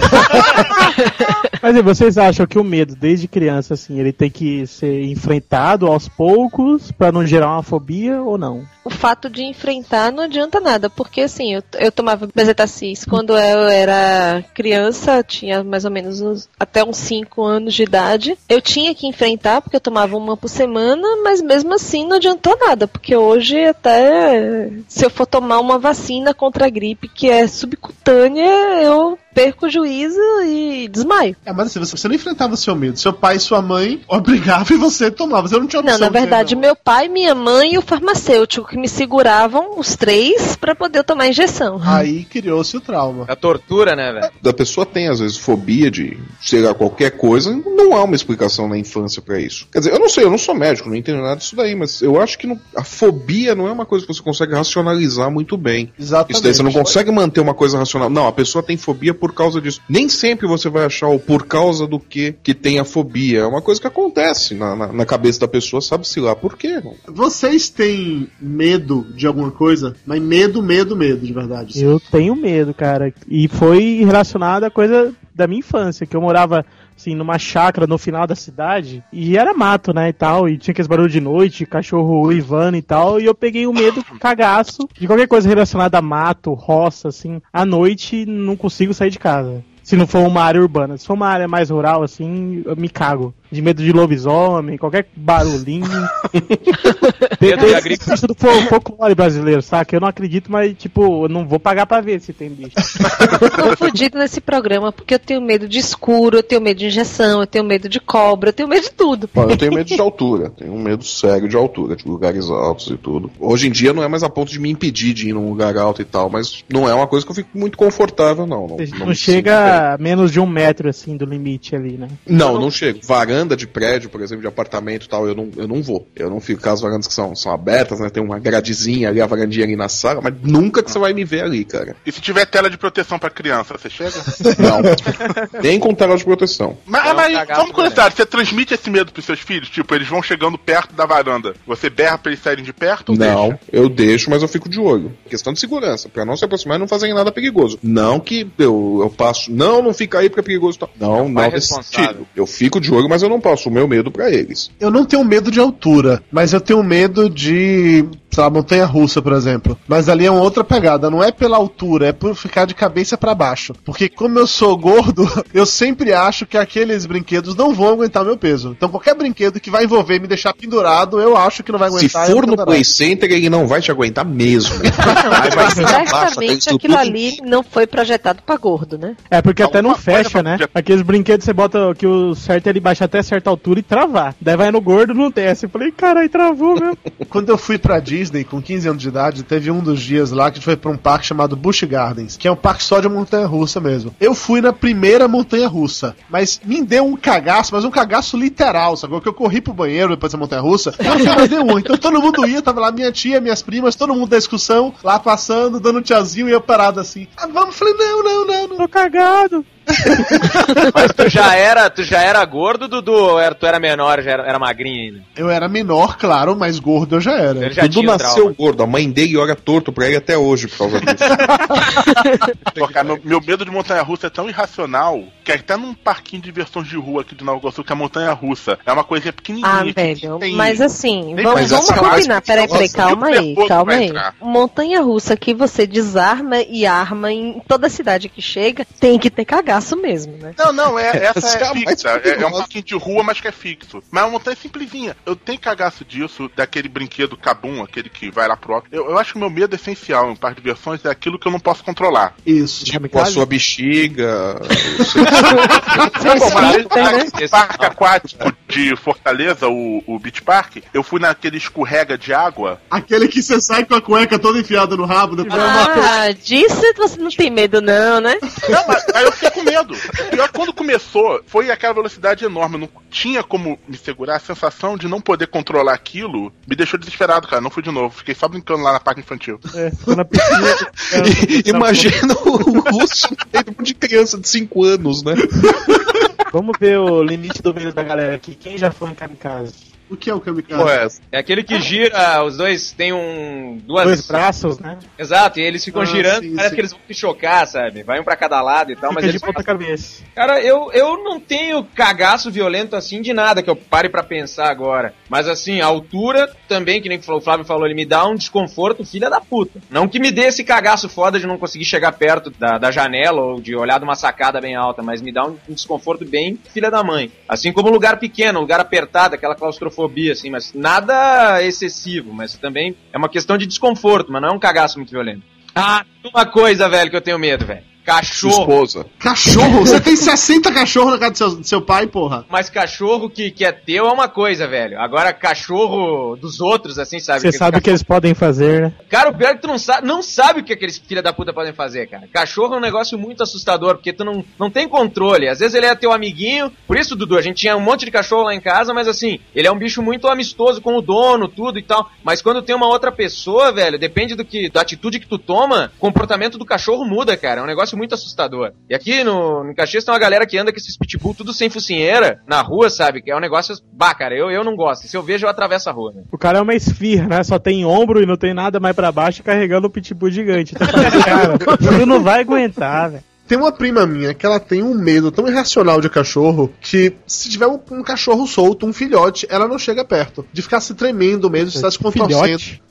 Mas e vocês acham que o medo, desde criança, assim, ele tem que ser enfrentado aos poucos pra não gerar uma fobia ou não? O fato de enfrentar não adianta nada, porque assim, eu tomava bezetacil quando eu era criança, tinha mais ou menos até uns 5 anos de idade. Eu tinha que enfrentar, porque eu tomava uma por semana, mas mesmo assim não adiantou nada, porque hoje até se eu for tomar uma vacina contra a gripe que é subcutânea, eu perco o juízo e desmaio. Mas assim, você não enfrentava o seu medo. Seu pai e sua mãe obrigavam e você tomava. Você não tinha opção. Não, na verdade, meu pai, minha mãe e o farmacêutico que me seguravam, os 3, pra poder eu tomar injeção. Aí criou-se o trauma. A tortura, né, velho? A pessoa tem, às vezes, fobia de chegar a qualquer coisa. Não há uma explicação na infância pra isso. Quer dizer, eu não sou médico, não entendo nada disso daí, mas eu acho que a fobia não é uma coisa que você consegue racionalizar muito bem. Exatamente. Isso daí você não consegue manter uma coisa racional. Não, a pessoa tem fobia por causa disso. Nem sempre você vai achar o por causa do que tem a fobia. É uma coisa que acontece na cabeça da pessoa, sabe-se lá por quê. Vocês têm medo de alguma coisa? Mas medo, de verdade. Eu tenho medo, cara. E foi relacionado a coisa da minha infância, que eu morava assim, numa chácara no final da cidade, e era mato, né, e tal, e tinha aqueles barulhos de noite, cachorro uivando e tal, e eu peguei o medo, cagaço, de qualquer coisa relacionada a mato, roça, assim, à noite não consigo sair de casa. Se não for uma área urbana. Se for uma área mais rural, assim, eu me cago. de medo de lobisomem, qualquer barulhinho. Medo de Isso do folclore brasileiro, saca? Eu não acredito, mas, tipo, eu não vou pagar pra ver se tem bicho. Eu tô fudido nesse programa porque eu tenho medo de escuro, eu tenho medo de injeção, eu tenho medo de cobra, eu tenho medo de tudo. Bom, eu tenho medo de altura, tenho um medo sério de altura, de lugares altos e tudo. Hoje em dia não é mais a ponto de me impedir de ir num lugar alto e tal, mas não é uma coisa que eu fico muito confortável, não. Não chega a menos de 1 metro, assim, do limite ali, né? Não chego. Varanda de prédio, por exemplo, de apartamento e tal, eu não vou. Eu não fico com as varandas que são abertas, né? Tem uma gradezinha ali, a varandinha ali na sala, mas nunca que você vai me ver ali, cara. E se tiver tela de proteção pra criança, você chega? Não. Nem com tela de proteção. Mas vamos conversar, você transmite esse medo pros seus filhos? Tipo, eles vão chegando perto da varanda. Você berra pra eles saírem de perto ou não, deixa? Eu deixo, mas eu fico de olho. Questão de segurança, pra não se aproximar e não fazerem nada perigoso. Não que eu passo, não fica aí porque é perigoso. Não nesse sentido. Eu fico de olho, mas eu não passo o meu medo pra eles. Eu não tenho medo de altura, mas eu tenho medo de, sei lá, montanha-russa, por exemplo. Mas ali é uma outra pegada, não é pela altura, é por ficar de cabeça pra baixo. Porque como eu sou gordo, eu sempre acho que aqueles brinquedos não vão aguentar meu peso. Então qualquer brinquedo que vai envolver me deixar pendurado, eu acho que não vai aguentar. Se for no Play Center, ele não vai te aguentar mesmo. Certamente aquilo ali não foi projetado pra gordo, né? É, porque até não fecha, né? Aqueles brinquedos você bota que o certo é ele baixar até certa altura e travar. Daí vai no gordo, não desce. Eu falei, caralho, travou mesmo. Quando eu fui pra Disney com 15 anos de idade, teve um dos dias lá que a gente foi pra um parque chamado Busch Gardens, que é um parque só de montanha-russa mesmo. Eu fui na primeira montanha-russa, mas me deu um cagaço, mas um cagaço literal, sabe? Que eu corri pro banheiro depois da montanha-russa, eu fui mais nenhum. Então todo mundo ia, tava lá minha tia, minhas primas, todo mundo da excursão, lá passando, dando tchauzinho e eu parado assim. Ah, vamos, falei, não. Tô cagado. Mas tu já era gordo, Dudu? Ou tu era menor, já era magrinho ainda? Eu era menor, claro, mas gordo eu já era. Ele já Dudu nasceu gordo, a mãe dele olha torto pra ele até hoje por causa disso. Pô, cara, meu medo de montanha-russa é tão irracional que até num parquinho de diversões de rua aqui de Nova Iguaçu, que é a montanha-russa é uma coisinha pequenininha. Ah, velho, tem... mas assim, tem vamos combinar. Peraí, calma aí. Entrar. Montanha-russa que você desarma e arma em toda cidade que chega, tem que ter cagaço mesmo, né? Não, essa é fixa. É um parquinho de rua, mas que é fixo. Mas é uma montanha simplesinha. Eu tenho cagaço disso, daquele brinquedo Kabum, aquele que vai lá pro alto. Eu acho que o meu medo essencial em um parque de diversões é aquilo que eu não posso controlar. Isso. Tipo a sua bexiga. O parque aquático de Fortaleza, o Beach Park, eu fui naquele escorrega de água. Aquele que você sai com a cueca toda enfiada no rabo. Depois disso você não tem medo não, né? Não, mas aí eu fiquei com medo. Pior, quando começou, foi aquela velocidade enorme. Eu não tinha como me segurar. A sensação de não poder controlar aquilo me deixou desesperado, cara. Não fui de novo. Fiquei só brincando lá na parque infantil. Na piscina. Imagina o Russo de criança de 5 anos, né? Vamos ver o limite do medo da galera aqui. Quem já foi em kamikaze? O que é o kamikaze? É aquele que gira, os dois tem dois braços, né? Exato, e eles ficam girando, sim, parece que eles vão se chocar, sabe? Vai um pra cada lado e tal, mas de eles... ponta cabeça. Cara, eu não tenho cagaço violento assim de nada que eu pare pra pensar agora. Mas assim, a altura também, que nem o Flávio falou, ele me dá um desconforto filha da puta. Não que me dê esse cagaço foda de não conseguir chegar perto da janela ou de olhar de uma sacada bem alta, mas me dá um desconforto bem filha da mãe. Assim como lugar pequeno, lugar apertado, aquela claustrofobia, assim, mas nada excessivo, mas também é uma questão de desconforto, mas não é um cagaço muito violento. Ah, uma coisa, velho, que eu tenho medo, velho. Cachorro. Sua esposa. Cachorro? Você tem 60 cachorros na casa do seu pai, porra? Mas cachorro que é teu é uma coisa, velho. Agora, cachorro dos outros, assim, sabe? Você sabe o que eles podem fazer, né? Cara, o pior é que tu não sabe o que aqueles filha da puta podem fazer, cara. Cachorro é um negócio muito assustador, porque tu não tem controle. Às vezes ele é teu amiguinho. Por isso, Dudu, a gente tinha um monte de cachorro lá em casa, mas assim, ele é um bicho muito amistoso com o dono, tudo e tal. Mas quando tem uma outra pessoa, velho, depende da atitude que tu toma, o comportamento do cachorro muda, cara. É um negócio muito assustador. E aqui no Caxias tem uma galera que anda com esses pitbull tudo sem focinheira na rua, sabe? Que é um negócio... Bah, cara, eu não gosto. Se eu vejo, eu atravesso a rua, né? O cara é uma esfirra, né? Só tem ombro e não tem nada mais pra baixo carregando o pitbull gigante. Então, cara, tu não vai aguentar, velho. Tem uma prima minha que ela tem um medo tão irracional de cachorro que se tiver um cachorro solto, um filhote, ela não chega perto. De ficar se tremendo mesmo, de estar se contorcendo.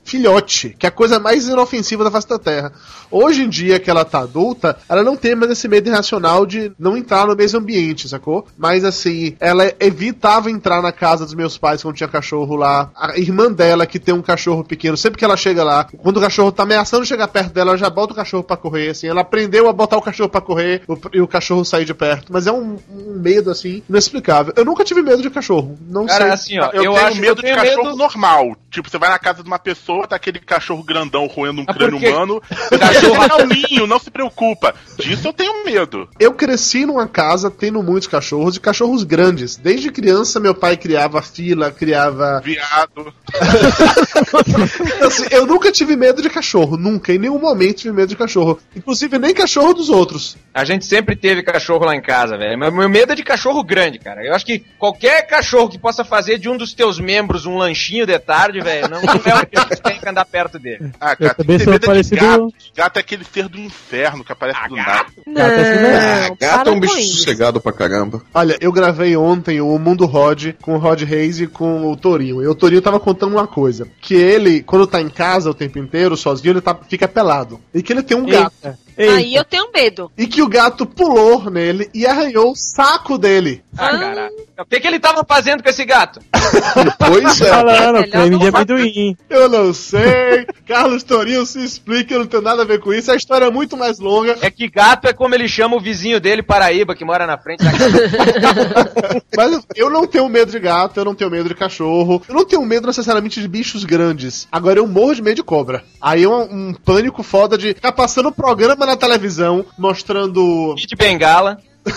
filhote, que é a coisa mais inofensiva da face da Terra. Hoje em dia, que ela tá adulta, ela não tem mais esse medo irracional de não entrar no mesmo ambiente, sacou? Mas assim, ela evitava entrar na casa dos meus pais quando tinha cachorro lá. A irmã dela, que tem um cachorro pequeno, sempre que ela chega lá, quando o cachorro tá ameaçando chegar perto dela, ela já bota o cachorro pra correr, assim. Ela aprendeu a botar o cachorro pra correr e o cachorro sair de perto. Mas é um medo, assim, inexplicável. Eu nunca tive medo de cachorro. Não Cara, sei. assim, ó, eu tenho medo de cachorro normal. Tipo, você vai na casa de uma pessoa, tá aquele cachorro grandão roendo um crânio humano. O cachorro calminho, não se preocupa. Disso eu tenho medo. Eu cresci numa casa tendo muitos cachorros e cachorros grandes. Desde criança, meu pai criava fila, criava... viado. Assim, eu nunca tive medo de cachorro. Nunca, em nenhum momento tive medo de cachorro. Inclusive, nem cachorro dos outros. A gente sempre teve cachorro lá em casa, velho. Meu medo é de cachorro grande, cara. Eu acho que qualquer cachorro que possa fazer de um dos teus membros um lanchinho de tarde, velho, não é o que a gente tem que andar perto dele. Ah, cara, tem que ter medo de gato. Gato é aquele ser do inferno que aparece do nada. Gato é um bicho sossegado pra caramba. Olha, eu gravei ontem o Mundo Rod com o Rod Reis e com o Torinho. E o Torinho tava contando uma coisa. Que ele, quando tá em casa o tempo inteiro, sozinho, ele fica pelado. E que ele tem um gato. Aí eu tenho medo. E que o gato pulou nele e arranhou o saco dele. Ah, caralho. O que ele tava fazendo com esse gato? Pois é. Falando, creme de amendoim. Eu não sei. Carlos Torinho se explica, eu não tenho nada a ver com isso. A história é muito mais longa. É que gato é como ele chama o vizinho dele, Paraíba, que mora na frente da casa. Mas eu não tenho medo de gato, eu não tenho medo de cachorro. Eu não tenho medo necessariamente de bichos grandes. Agora eu morro de medo de cobra. Aí é um pânico foda de ficar passando um programa na televisão mostrando... de bengala.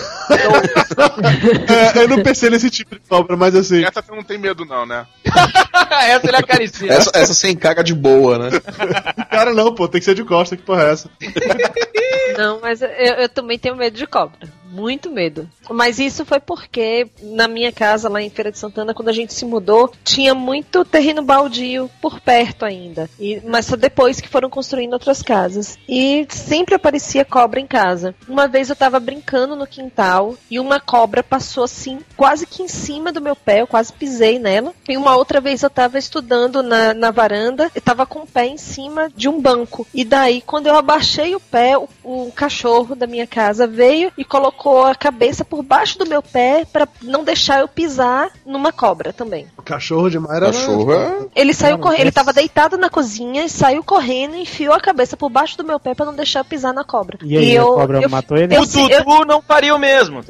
Eu não pensei nesse tipo de cobra, mas assim... Essa você não tem medo não, né? Essa ele acaricia. Essa sem cara de boa, né? Cara não, pô, tem que ser de costa, que porra é essa? Não, mas eu também tenho medo de cobra. Muito medo. Mas isso foi porque na minha casa lá em Feira de Santana, quando a gente se mudou, tinha muito terreno baldio por perto ainda. Mas só depois que foram construindo outras casas. E sempre aparecia cobra em casa. Uma vez eu tava brincando no quintal e uma cobra passou assim, quase que em cima do meu pé. Eu quase pisei nela. E uma outra vez eu tava estudando na varanda e tava com o pé em cima de um banco. E daí, quando eu abaixei o pé, o cachorro da minha casa veio e colocou a cabeça por baixo do meu pé pra não deixar eu pisar numa cobra também. O cachorro de Mayra... Ele saiu correndo, ele tava deitado na cozinha e saiu correndo e enfiou a cabeça por baixo do meu pé pra não deixar eu pisar na cobra. E aí, a cobra matou ele? O Dudu não faria o mesmo. Tá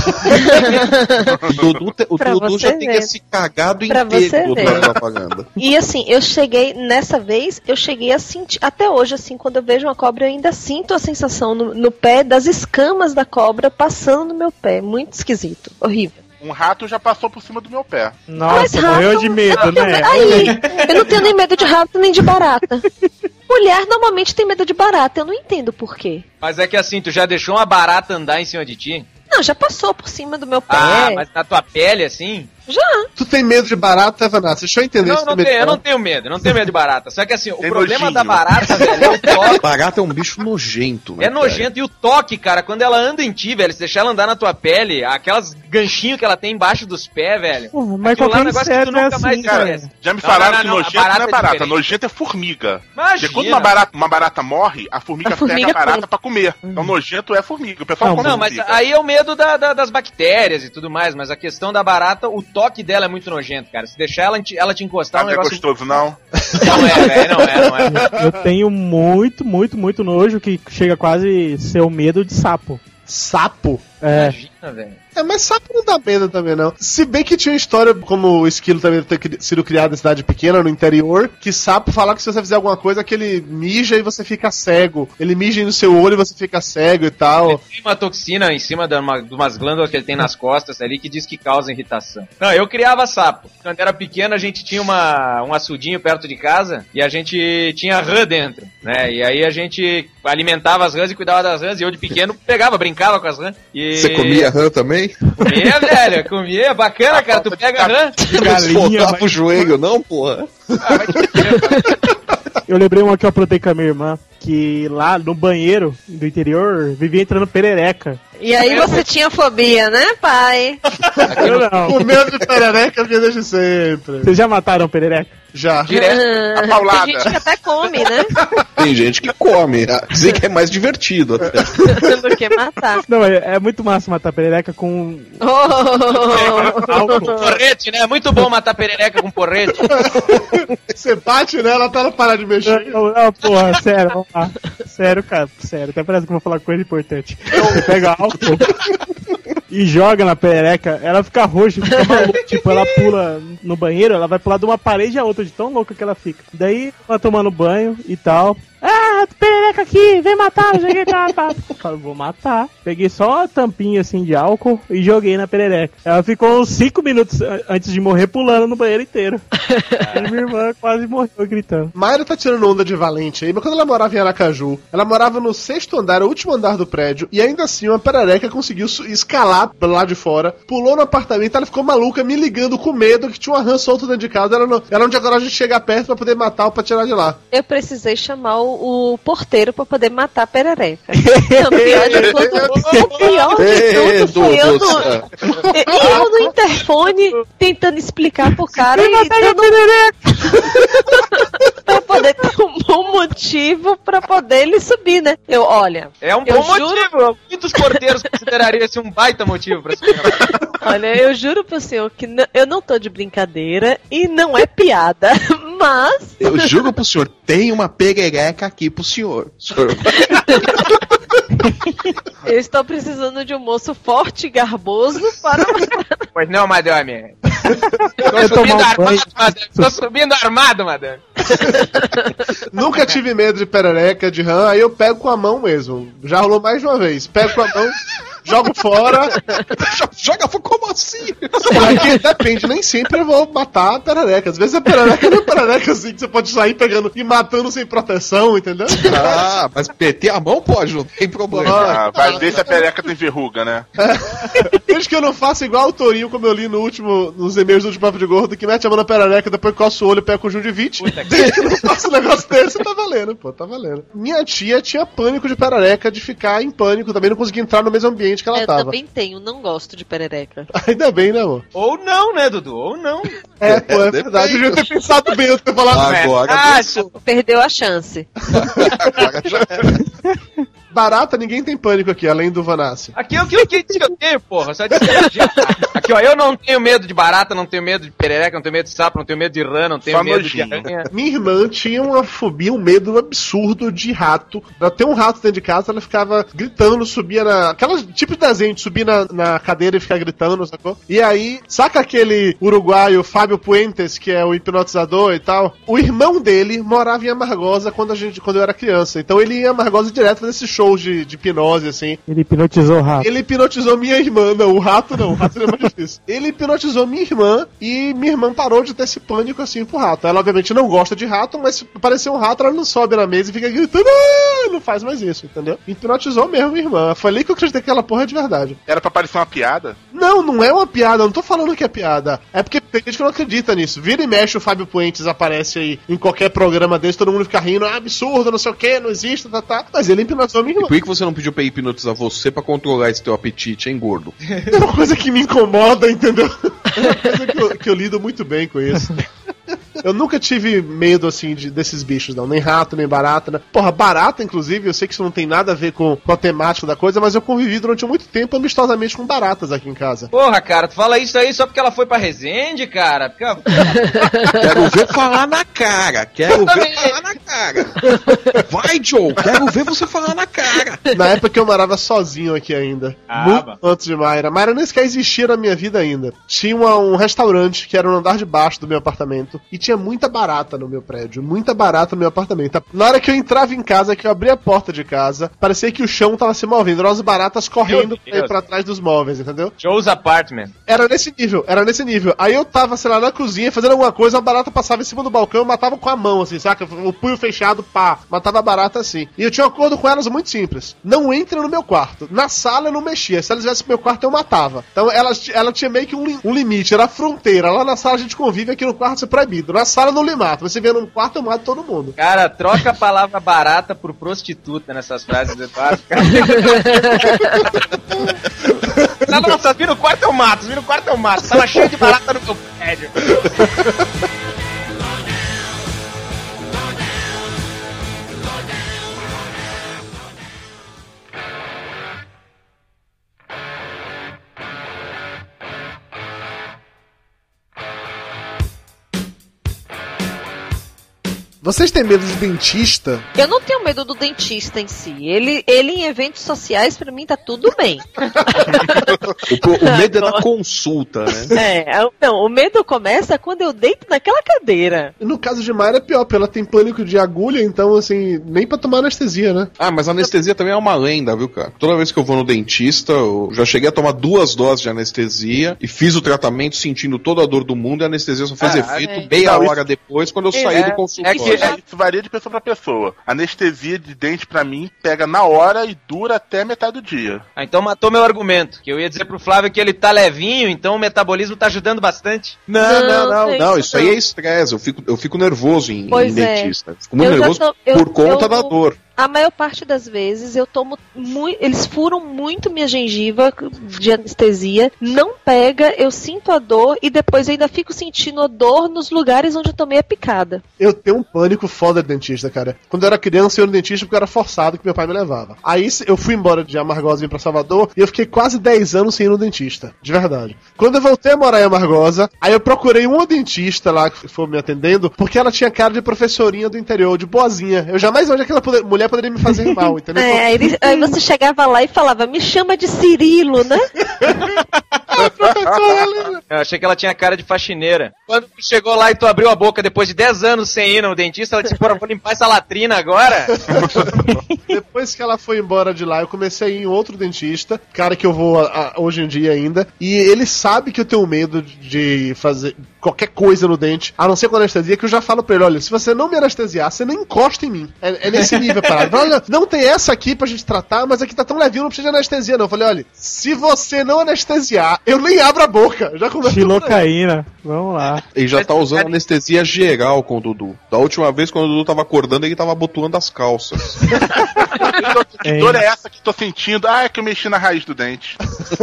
o Dudu já tem se cagado inteiro da propaganda. E assim, nessa vez, eu cheguei a sentir, até hoje, assim, quando eu vejo uma cobra, eu ainda sinto a sensação no pé das escamas da cobra passando no meu pé. Muito esquisito. Horrível. Um rato já passou por cima do meu pé. Nossa, morreu de medo, né? Aí, eu não tenho nem medo de rato nem de barata. Mulher normalmente tem medo de barata, eu não entendo por quê. Mas é que assim, tu já deixou uma barata andar em cima de ti? Não, já passou por cima do meu pé. Ah, mas na tua pele, assim? Já. Tu tem medo de barata, Vanessa? Deixa eu entender. Eu não tenho medo de barata. Só que assim, o problema da barata, velho, é o toque. Barata é um bicho nojento, né? É nojento. E o toque, cara, quando ela anda em ti, velho, se deixar ela andar na tua pele, aquelas ganchinhos que ela tem embaixo dos pés, velho. Mas aquilo lá é um negócio que tu nunca assim, mais esquece. Já me falaram que nojento não é barata. Nojento é formiga. Porque quando uma barata morre, a formiga pega a barata pra comer. Então nojento é formiga. O pessoal come. Não, mas aí é o medo das bactérias e tudo mais. Mas a questão da barata, o toque dela é muito nojento, cara. Se deixar ela te encostar, não é gostoso, não? Não é, velho, não é. Eu tenho muito nojo que chega quase a ser o medo de sapo. Sapo? É. Imagina, velho. Mas sapo não dá medo também, não. Se bem que tinha história, como o esquilo também ter sido criado em cidade pequena, no interior, que sapo fala que se você fizer alguma coisa, que ele mija e você fica cego. Ele mija no seu olho e você fica cego e tal. Ele tem uma toxina em cima de umas glândulas que ele tem nas costas ali que diz que causa irritação. Não, eu criava sapo. Quando era pequeno, a gente tinha um açudinho perto de casa e a gente tinha rã dentro, né? E aí a gente alimentava as rãs e cuidava das rãs. E eu de pequeno brincava com as rãs. Você comia rã também? Comia, velho, comia. Bacana, cara. Tu pega rã. Galinha, pro joelho, não, porra? Eu lembrei uma que eu aprontei com a minha irmã, que lá no banheiro do interior vivia entrando perereca. E aí você tinha fobia, né, pai? Eu não. O medo de perereca vem desde sempre. Vocês já mataram perereca? Já. Direto, a paulada. Tem gente que até come, né? Tem gente que come. Dizem que é mais divertido até. Do que matar. Não, é muito massa matar perereca com Oh. álcool. Porrete, né? Muito bom matar perereca com porrete. Você bate nela até ela parar de mexer. Não, porra, sério, vamos lá. Sério, cara, sério. Até parece que eu vou falar coisa importante. Você pega álcool e joga na perereca, ela fica roxa, fica maluca. Tipo, ela pula no banheiro, ela vai pular de uma parede a outra, de tão louca que ela fica. Daí, ela tomando banho e tal. Ah, perereca aqui, vem matar, eu joguei pra matar. Falei, vou matar. Peguei só a tampinha assim de álcool e joguei na perereca. Ela ficou uns 5 minutos antes de morrer pulando no banheiro inteiro. E minha irmã quase morreu gritando. Mayra tá tirando onda de valente aí, mas quando ela morava em Aracaju, ela morava no 6º andar, o último andar do prédio, e ainda assim uma perereca conseguiu escalar pelo lado de fora, pulou no apartamento, ela ficou maluca, me ligando com medo que tinha uma rã solta dentro de casa, ela não tinha coragem de chegar perto pra poder matar ou pra tirar de lá. Eu precisei chamar o porteiro pra poder matar a perereca. Não, pior de tudo, o pior de tudo foi eu no interfone tentando explicar pro cara e pra poder ter um bom motivo pra poder ele subir, né? Olha... É um bom motivo. Muitos porteiros considerariam esse um baita motivo pra subir. Olha, eu juro pro senhor que eu não tô de brincadeira e não é piada, mas... Eu juro pro senhor, tem uma perereca aqui pro senhor. Eu estou precisando de um moço forte e garboso para... Pois não, madame. Tô subindo armado, madame. Tô subindo armado, madame. Nunca tive medo de perereca, de rã, aí eu pego com a mão mesmo. Já rolou mais de uma vez. Pego com a mão, jogo fora. Joga, como assim? Porque depende, nem sempre eu vou matar a perereca. Às vezes a perereca não é perereca assim, que você pode sair pegando e matando sem proteção, entendeu? Ah, mas meter a mão pode, não tem problema. Vai ver se a perereca tem verruga, né? Desde que eu não faça igual o Torinho, como eu li nos e-mails do último Papo de Gordo, que mete a mão na perereca, depois coça o olho e pega conjuntivite. Desde que eu não faça um negócio desse, tá valendo, pô, tá valendo. Minha tia tinha pânico de perereca, de ficar em pânico, também não conseguia entrar no mesmo ambiente que ela tava. Eu também tenho, não gosto de perereca. Ainda bem, né, amor? Ou não, né, Dudu? Ou não. Pô, é verdade. Eu devia ter pensado bem antes de ter falado. Agora Perdeu a chance. Agora já era. Barata, ninguém tem pânico aqui, além do Vanassi. Aqui é o que eu tenho, porra. Só aqui, ó, eu não tenho medo de barata, não tenho medo de perereca, não tenho medo de sapo, não tenho medo de rã, não tenho Só medo nojinho. de aranha. Minha irmã tinha uma fobia, um medo absurdo de rato. Ela tem um rato dentro de casa, ela ficava gritando, subia na... Aquela tipo de desenho de subir na cadeira e ficar gritando, sacou? E aí, saca aquele uruguaio Fábio Puentes, que é o hipnotizador e tal? O irmão dele morava em Amargosa quando eu era criança. Então ele ia em Amargosa direto fazer esses shows de hipnose, assim. Ele hipnotizou o rato. Ele hipnotizou minha irmã. Não, o rato seria mais difícil. Ele hipnotizou minha irmã e minha irmã parou de ter esse pânico assim pro rato. Ela obviamente não gosta de rato, mas se aparecer um rato, ela não sobe na mesa e fica gritando, não faz mais isso, entendeu? Hipnotizou mesmo minha irmã. Foi ali que eu acreditei que aquela porra é de verdade. Era pra parecer uma piada? Não é uma piada, eu não tô falando que é piada. É porque tem gente que não acredita nisso. Vira e mexe, o Fábio Puentes aparece aí em qualquer programa desse, todo mundo fica rindo, absurdo, não sei o que, não existe, tá. Mas ele hipnotizou minha irmã. E por que você não pediu pra hipnotizar você pra controlar esse teu apetite, hein, gordo? É uma coisa que me incomoda, entendeu? É uma coisa que eu lido muito bem com isso. Eu nunca tive medo, assim, desses bichos, não. Nem rato, nem barata, né? Porra, barata, inclusive, eu sei que isso não tem nada a ver com a temática da coisa, mas eu convivi durante muito tempo amistosamente com baratas aqui em casa. Porra, cara, tu fala isso aí só porque ela foi pra Resende, cara? Quero ver falar na cara. Quero ver falar na cara. Vai, Joe. Quero ver você falar na cara. Na época que eu morava sozinho aqui ainda. Muito antes de Mayra. Mayra nem sequer existia na minha vida ainda. Tinha um restaurante que era no andar de baixo do meu apartamento e tinha muita barata no meu prédio. Muita barata no meu apartamento. Na hora que eu entrava em casa, que eu abria a porta de casa, parecia que o chão tava se movendo. Eram as baratas correndo pra trás dos móveis, entendeu? Joe's Apartment. Era nesse nível. Aí eu tava, sei lá, na cozinha fazendo alguma coisa, a barata passava em cima do balcão, eu matava com a mão, assim, saca? O punho fechado, pá. Matava a barata assim. E eu tinha um acordo com elas muito simples. Não entra no meu quarto. Na sala eu não mexia. Se elas viessem pro meu quarto, eu matava. Então ela tinha meio que um limite, era a fronteira. Lá na sala a gente convive, aqui no quarto isso é proibido. Na sala não lhe mato, você vê num quarto eu mato todo mundo. Cara, troca a palavra barata por prostituta nessas frases do Eduardo. Não, só vira o quarto eu mato, Tava cheio de barata no meu prédio. Vocês têm medo de dentista? Eu não tenho medo do dentista em si. Ele em eventos sociais, pra mim, tá tudo bem. O medo é da consulta, né? Não, o medo começa quando eu deito naquela cadeira. E no caso de Mayra é pior, porque ela tem pânico de agulha, então, assim, nem pra tomar anestesia, né? Ah, mas a anestesia também é uma lenda, viu, cara? Toda vez que eu vou no dentista, eu já cheguei a tomar 2 doses de anestesia e fiz o tratamento sentindo toda a dor do mundo e a anestesia só fez efeito meia hora depois, quando eu saí do consultório. Isso varia de pessoa pra pessoa. Anestesia de dente, pra mim, pega na hora e dura até metade do dia. Ah, então matou meu argumento, que eu ia dizer pro Flávio que ele tá levinho, então o metabolismo tá ajudando bastante. Não, isso aí é estresse. Eu fico nervoso em dentista. Fico muito nervoso por conta da dor. A maior parte das vezes eu tomo eles furam muito minha gengiva de anestesia, não pega, eu sinto a dor e depois eu ainda fico sentindo a dor nos lugares onde eu tomei a picada. Eu tenho um pânico foda de dentista, cara. Quando eu era criança eu ia no dentista porque eu era forçado que meu pai me levava. Aí eu fui embora de Amargosa e vim pra Salvador e eu fiquei quase 10 anos sem ir no dentista, de verdade. Quando eu voltei a morar em Amargosa, aí eu procurei uma dentista lá que foi me atendendo, porque ela tinha cara de professorinha do interior, de boazinha. Eu jamais onde aquela mulher poderia me fazer mal, entendeu? Aí você chegava lá e falava, me chama de Cirilo, né? Eu achei que ela tinha cara de faxineira. Quando tu chegou lá e tu abriu a boca depois de 10 anos sem ir no dentista, ela disse, porra, vou limpar essa latrina agora. Depois que ela foi embora de lá, eu comecei a ir em outro dentista, cara que eu vou hoje em dia ainda, e ele sabe que eu tenho medo de fazer qualquer coisa no dente, a não ser com anestesia, que eu já falo pra ele, olha, se você não me anestesiar, você não encosta em mim. É nesse nível, parado. Olha, não tem essa aqui pra gente tratar, mas aqui tá tão levinho, não precisa de anestesia, não. Eu falei, olha, se você não anestesiar, eu nem abro a boca. Já começou. Xilocaína, vamos lá. Ele já tá usando anestesia geral com o Dudu. Da última vez, quando o Dudu tava acordando, ele tava abotoando as calças. Que dor é essa que tô sentindo? Ah, é que eu mexi na raiz do dente.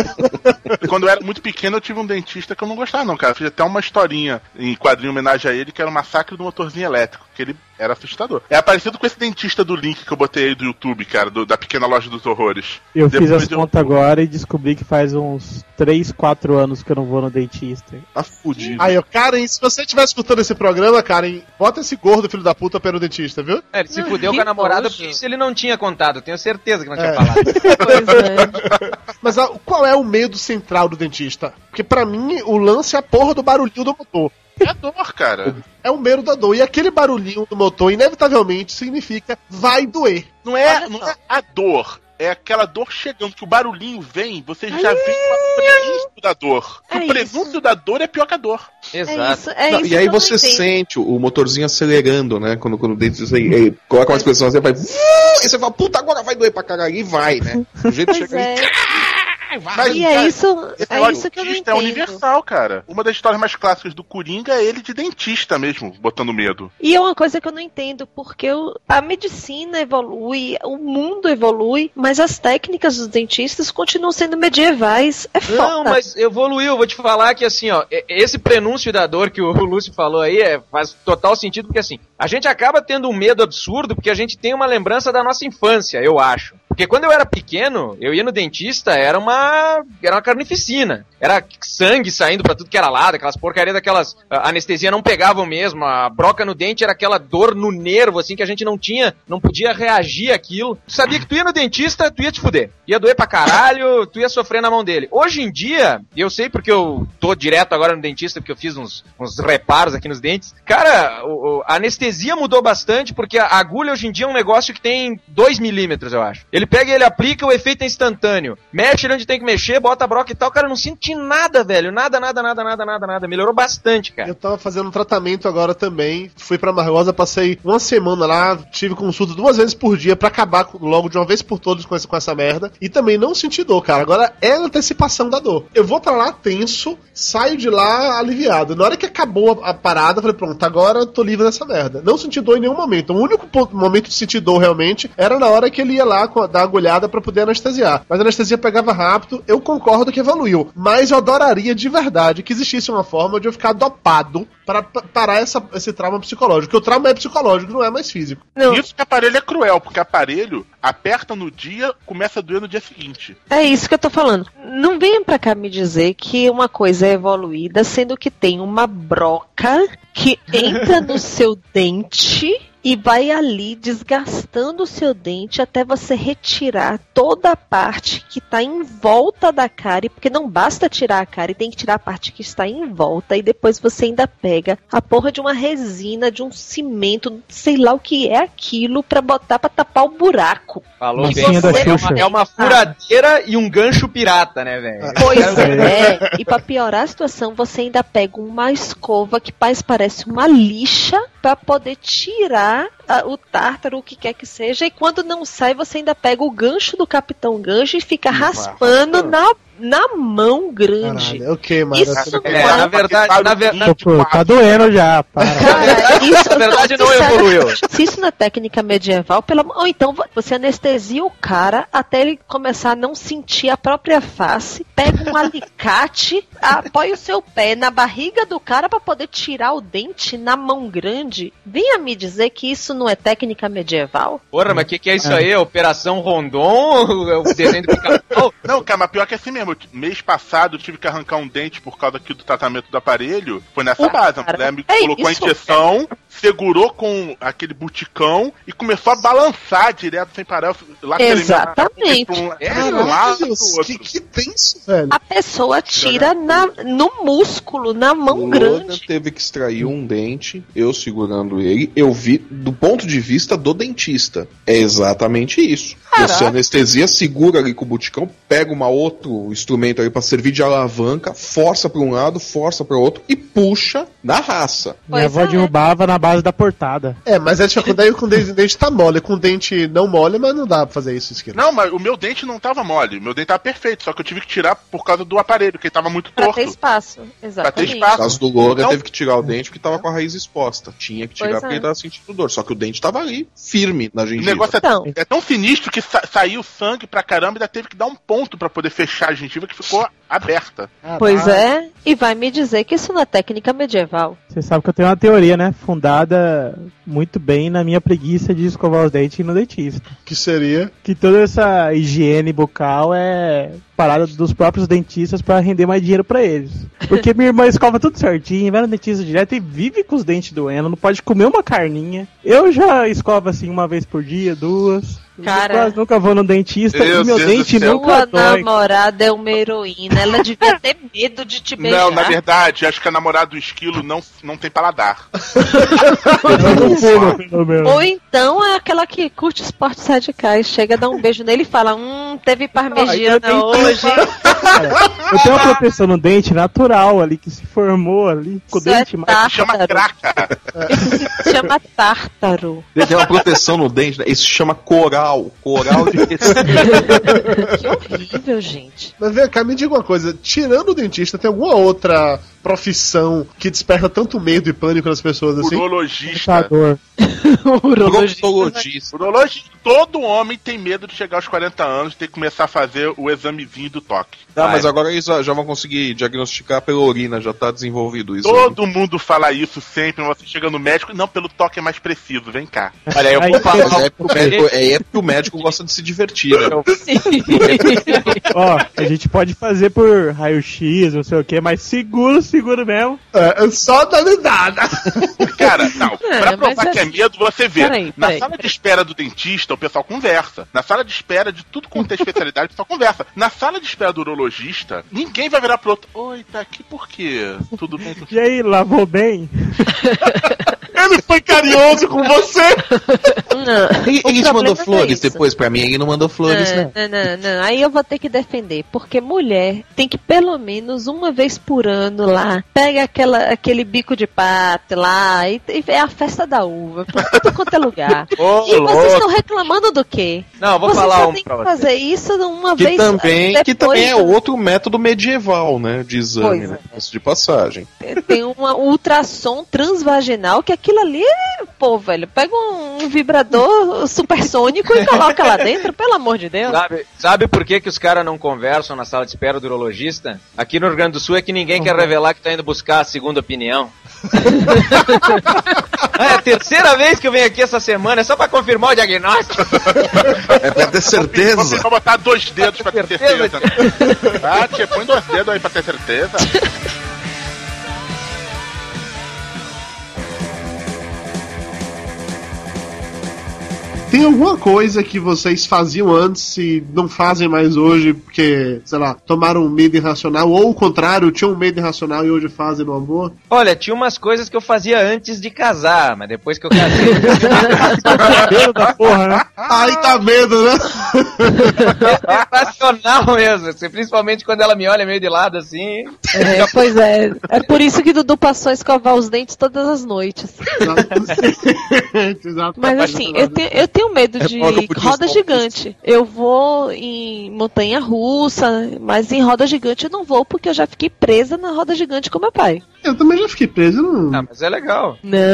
Quando eu era muito pequeno, eu tive um dentista que eu não gostava, não, cara. Eu fiz até uma historinha em quadrinho em homenagem a ele, que era o massacre do motorzinho elétrico, que ele era assustador. É parecido com esse dentista do link que eu botei aí do YouTube, cara, da Pequena Loja dos Horrores. Eu fiz as contas agora e descobri que faz uns 3, 4 anos que eu não vou no dentista. Tá fudido. Aí, Karen, se você estiver escutando esse programa, Karen, bota esse gordo filho da puta pelo dentista, viu? Ele se fudeu com a namorada, porque isso ele não tinha contado. Tenho certeza que não tinha falado. Pois é. Mas qual é o medo central do dentista? Porque pra mim, o lance é a porra do barulhinho do motor. É a dor, cara. É o medo da dor. E aquele barulhinho do motor, inevitavelmente, significa vai doer. Não é a dor. É aquela dor chegando, que o barulhinho vem, você já vem com o prenúncio da dor. O prenúncio da dor é pior que a dor. Exato. Isso e aí você sente o motorzinho acelerando, né? Quando o dentista aí coloca uma expressão assim, vai... E você fala, puta, agora vai doer pra caralho. E vai, né? Do jeito que chega aí... Mas, e cara, isso que eu não entendo. É universal, cara. Uma das histórias mais clássicas do Coringa é ele de dentista mesmo, botando medo. E é uma coisa que eu não entendo, porque a medicina evolui, o mundo evolui, mas as técnicas dos dentistas continuam sendo medievais. É foda. Não, mas evoluiu. Vou te falar que, assim, ó, esse prenúncio da dor que o Lúcio falou aí faz total sentido, porque, assim, a gente acaba tendo um medo absurdo porque a gente tem uma lembrança da nossa infância, eu acho. Porque quando eu era pequeno, eu ia no dentista, era uma carnificina. Era sangue saindo pra tudo que era lado, aquelas porcarias daquelas... A anestesia não pegavam mesmo, a broca no dente era aquela dor no nervo, assim, que a gente não podia reagir àquilo. Tu sabia que tu ia no dentista, tu ia te fuder. Ia doer pra caralho, tu ia sofrer na mão dele. Hoje em dia, eu sei porque eu tô direto agora no dentista, porque eu fiz uns reparos aqui nos dentes. Cara, a anestesia mudou bastante, porque a agulha hoje em dia é um negócio que tem 2 milímetros, eu acho. Ele pega e ele aplica, o efeito é instantâneo. Mexe onde tem que mexer, bota a broca e tal. Cara, eu não senti nada, velho. Nada. Melhorou bastante, cara. Eu tava fazendo um tratamento agora também. Fui pra Margosa, passei uma semana lá, tive consulta 2 vezes por dia pra acabar logo de uma vez por todas com essa merda. E também não senti dor, cara. Agora é a antecipação da dor. Eu vou pra lá tenso, saio de lá aliviado. Na hora que acabou a parada, eu falei, pronto, agora eu tô livre dessa merda. Não senti dor em nenhum momento. O único momento de sentir dor realmente era na hora que ele ia lá dar agulhada pra poder anestesiar. Mas a anestesia pegava rápido, eu concordo que evoluiu. Mas eu adoraria de verdade que existisse uma forma de eu ficar dopado para parar esse trauma psicológico. Porque o trauma é psicológico, não é mais físico. Não. Isso que aparelho é cruel, porque aparelho aperta no dia, começa a doer no dia seguinte. É isso que eu tô falando. Não venham pra cá me dizer que uma coisa é evoluída, sendo que tem uma broca que entra no seu dente e vai ali desgastando o seu dente até você retirar toda a parte que está em volta da cárie, porque não basta tirar a cárie, tem que tirar a parte que está em volta, e depois você ainda pega a porra de uma resina, de um cimento, sei lá o que é aquilo, pra botar pra tapar o buraco. Falou bem. Você É uma furadeira e um gancho pirata, né, velho? Pois é. E pra piorar a situação, você ainda pega uma escova que parece uma lixa pra poder tirar o tártaro, o que quer que seja, e quando não sai, você ainda pega o gancho do Capitão Gancho e fica raspando na mão grande. Caralho, ok, mas isso na verdade, tá doendo já. Cara, isso, na verdade não evoluiu. Se isso na técnica medieval, ou então você anestesia o cara até ele começar a não sentir a própria face, pega um alicate, apoia o seu pé na barriga do cara pra poder tirar o dente na mão grande. Venha me dizer que isso não é técnica medieval? Porra, mas que é isso aí? Operação Rondon? É o desenho do Pica-Pau? Não, cara, mas pior que é assim mesmo. Mês passado eu tive que arrancar um dente por causa aqui do tratamento do aparelho. Foi nessa base. A mulher me colocou a injeção, segurou com aquele buticão e começou a balançar direto sem parar. Exatamente. Que tenso, velho. A pessoa tira no músculo, na mão grande. Teve que extrair um dente, eu segurando ele, eu vi do ponto de vista do dentista. É exatamente isso. Caraca. Você anestesia, segura ali com o buticão, pega outro instrumento ali pra servir de alavanca, força pra um lado, força pra outro e puxa na raça. Minha avó derrubava na base da portada. Mas é tipo, daí com o dente tá mole, com o dente não mole, mas não dá pra fazer isso, Esquilo. Não, mas o meu dente não tava mole, o meu dente tava perfeito, só que eu tive que tirar por causa do aparelho, que ele tava muito torto. Pra ter espaço, exatamente. Pra ter espaço. No caso do Logan, teve que tirar o dente porque tava com a raiz exposta. Tinha que tirar porque ele tava sentindo dor, só que o dente tava ali, firme na gengiva. O negócio é tão sinistro que saiu sangue pra caramba e ainda teve que dar um ponto pra poder fechar a gengiva que ficou aberta. Pois é, e vai me dizer que isso não é técnica medieval. Você sabe que eu tenho uma teoria, né? Fundada muito bem na minha preguiça de escovar os dentes no dentista. Que seria? Que toda essa higiene bucal é parada dos próprios dentistas pra render mais dinheiro pra eles. Porque minha irmã escova tudo certinho, vai no dentista direto e vive com os dentes doendo, não pode comer uma carninha. Eu já escovo assim uma vez por dia, 2. Cara, eu quase nunca vou no dentista e meu dente nunca dói. Sua namorada é uma heroína, ela devia ter medo de te beijar. Não, na verdade, acho que a namorada do Esquilo não tem paladar. Ou então é aquela que curte esportes radicais, chega a dar um beijo nele e fala, teve parmegiana hoje. Eu tenho uma proteção no dente natural ali, que se formou ali, com o dente mais... Chama craca. Isso se chama tártaro. Ele tem uma proteção no dente, né? Isso se chama coral de Que horrível, gente. Mas vem cá, me diga uma coisa, tirando o dentista, tem alguma outra profissão que desperta tanto medo e pânico nas pessoas assim? Urologista. Urologista. Todo homem tem medo de chegar aos 40 anos e ter que começar a fazer o examezinho do toque. Mas agora eles já vão conseguir diagnosticar pela urina, já tá desenvolvido isso. Todo mundo fala isso sempre, você chega no médico, não, pelo toque é mais preciso, vem cá. Olha, eu vou falar. O médico gosta de se divertir, né? Ó, a gente pode fazer por raio-x, não sei o que, mas seguro mesmo. Só dando nada. Cara, não, pra provar que é medo, você vê. Na sala de espera do dentista, o pessoal conversa. Na sala de espera de tudo quanto é especialidade, o pessoal conversa. Na sala de espera do urologista, ninguém vai virar pro outro. Oi, tá aqui por quê? Tudo bem? E aí, lavou bem? Ele foi carinhoso com você? Não. Ele te mandou problema flores não é isso. depois pra mim, ele não mandou flores, né? Não. Aí eu vou ter que defender. Porque mulher tem que pelo menos uma vez por ano lá, pega aquele bico de pato lá e é a festa da uva. Por tudo quanto é lugar. E vocês estão reclamando do quê? Não, vou Vocês falar só um tem pra que você. fazer isso uma Que vez também depois, é outro método medieval, né? De exame, Pois né? Isso de passagem. Tem uma ultrassom transvaginal que aquilo ali pô, velho, pega um vibrador supersônico e coloca lá dentro, pelo amor de Deus. Sabe por que os caras não conversam na sala de espera do urologista? Aqui no Rio Grande do Sul é que ninguém quer revelar que tá indo buscar a segunda opinião. É a terceira vez que eu venho aqui essa semana, é só pra confirmar o diagnóstico. É pra ter certeza. Vou botar 2 dedos pra ter certeza. Ah, tia, põe 2 dedos aí pra ter certeza. Tem alguma coisa que vocês faziam antes e não fazem mais hoje porque, sei lá, tomaram um medo irracional, ou o contrário, tinham um medo irracional e hoje fazem no amor? Olha, tinha umas coisas que eu fazia antes de casar, mas depois que eu casei... Medo da porra, né? Aí tá medo, né? É irracional mesmo, assim, principalmente quando ela me olha meio de lado assim... Pois é. É por isso que Dudu passou a escovar os dentes todas as noites. Exato. Mas assim, eu tenho medo de roda gigante. Eu vou em montanha-russa, mas em roda gigante eu não vou porque eu já fiquei presa na roda gigante com meu pai. Eu também já fiquei preso. Não... Ah, mas é legal.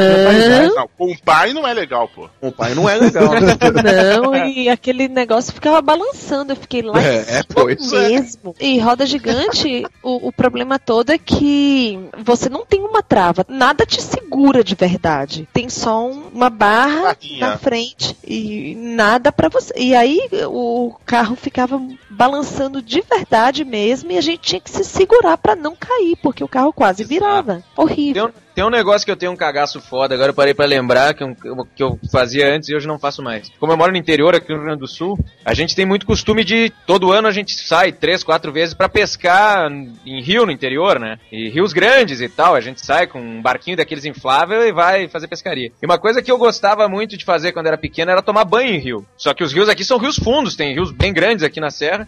Não, Com o pai não é legal, pô. O pai não é legal, né? não, e aquele negócio ficava balançando, eu fiquei lá em cima pois é. mesmo. E roda gigante, o problema todo é que você não tem uma trava, nada te segura de verdade. Tem só uma barra Barrinha. na frente e nada pra você. E aí o carro ficava balançando de verdade mesmo e a gente tinha que se segurar pra não cair, porque o carro quase virava. Horrível. Tem um negócio que eu tenho um cagaço foda, agora eu parei pra lembrar, que eu fazia antes e hoje não faço mais. Como eu moro no interior aqui no Rio Grande do Sul, a gente tem muito costume de, todo ano a gente sai 3, 4 vezes pra pescar em rio no interior, né? E rios grandes e tal, a gente sai com um barquinho daqueles infláveis e vai fazer pescaria. E uma coisa que eu gostava muito de fazer quando era pequeno era tomar banho em rio. Só que os rios aqui são rios fundos, tem rios bem grandes aqui na serra.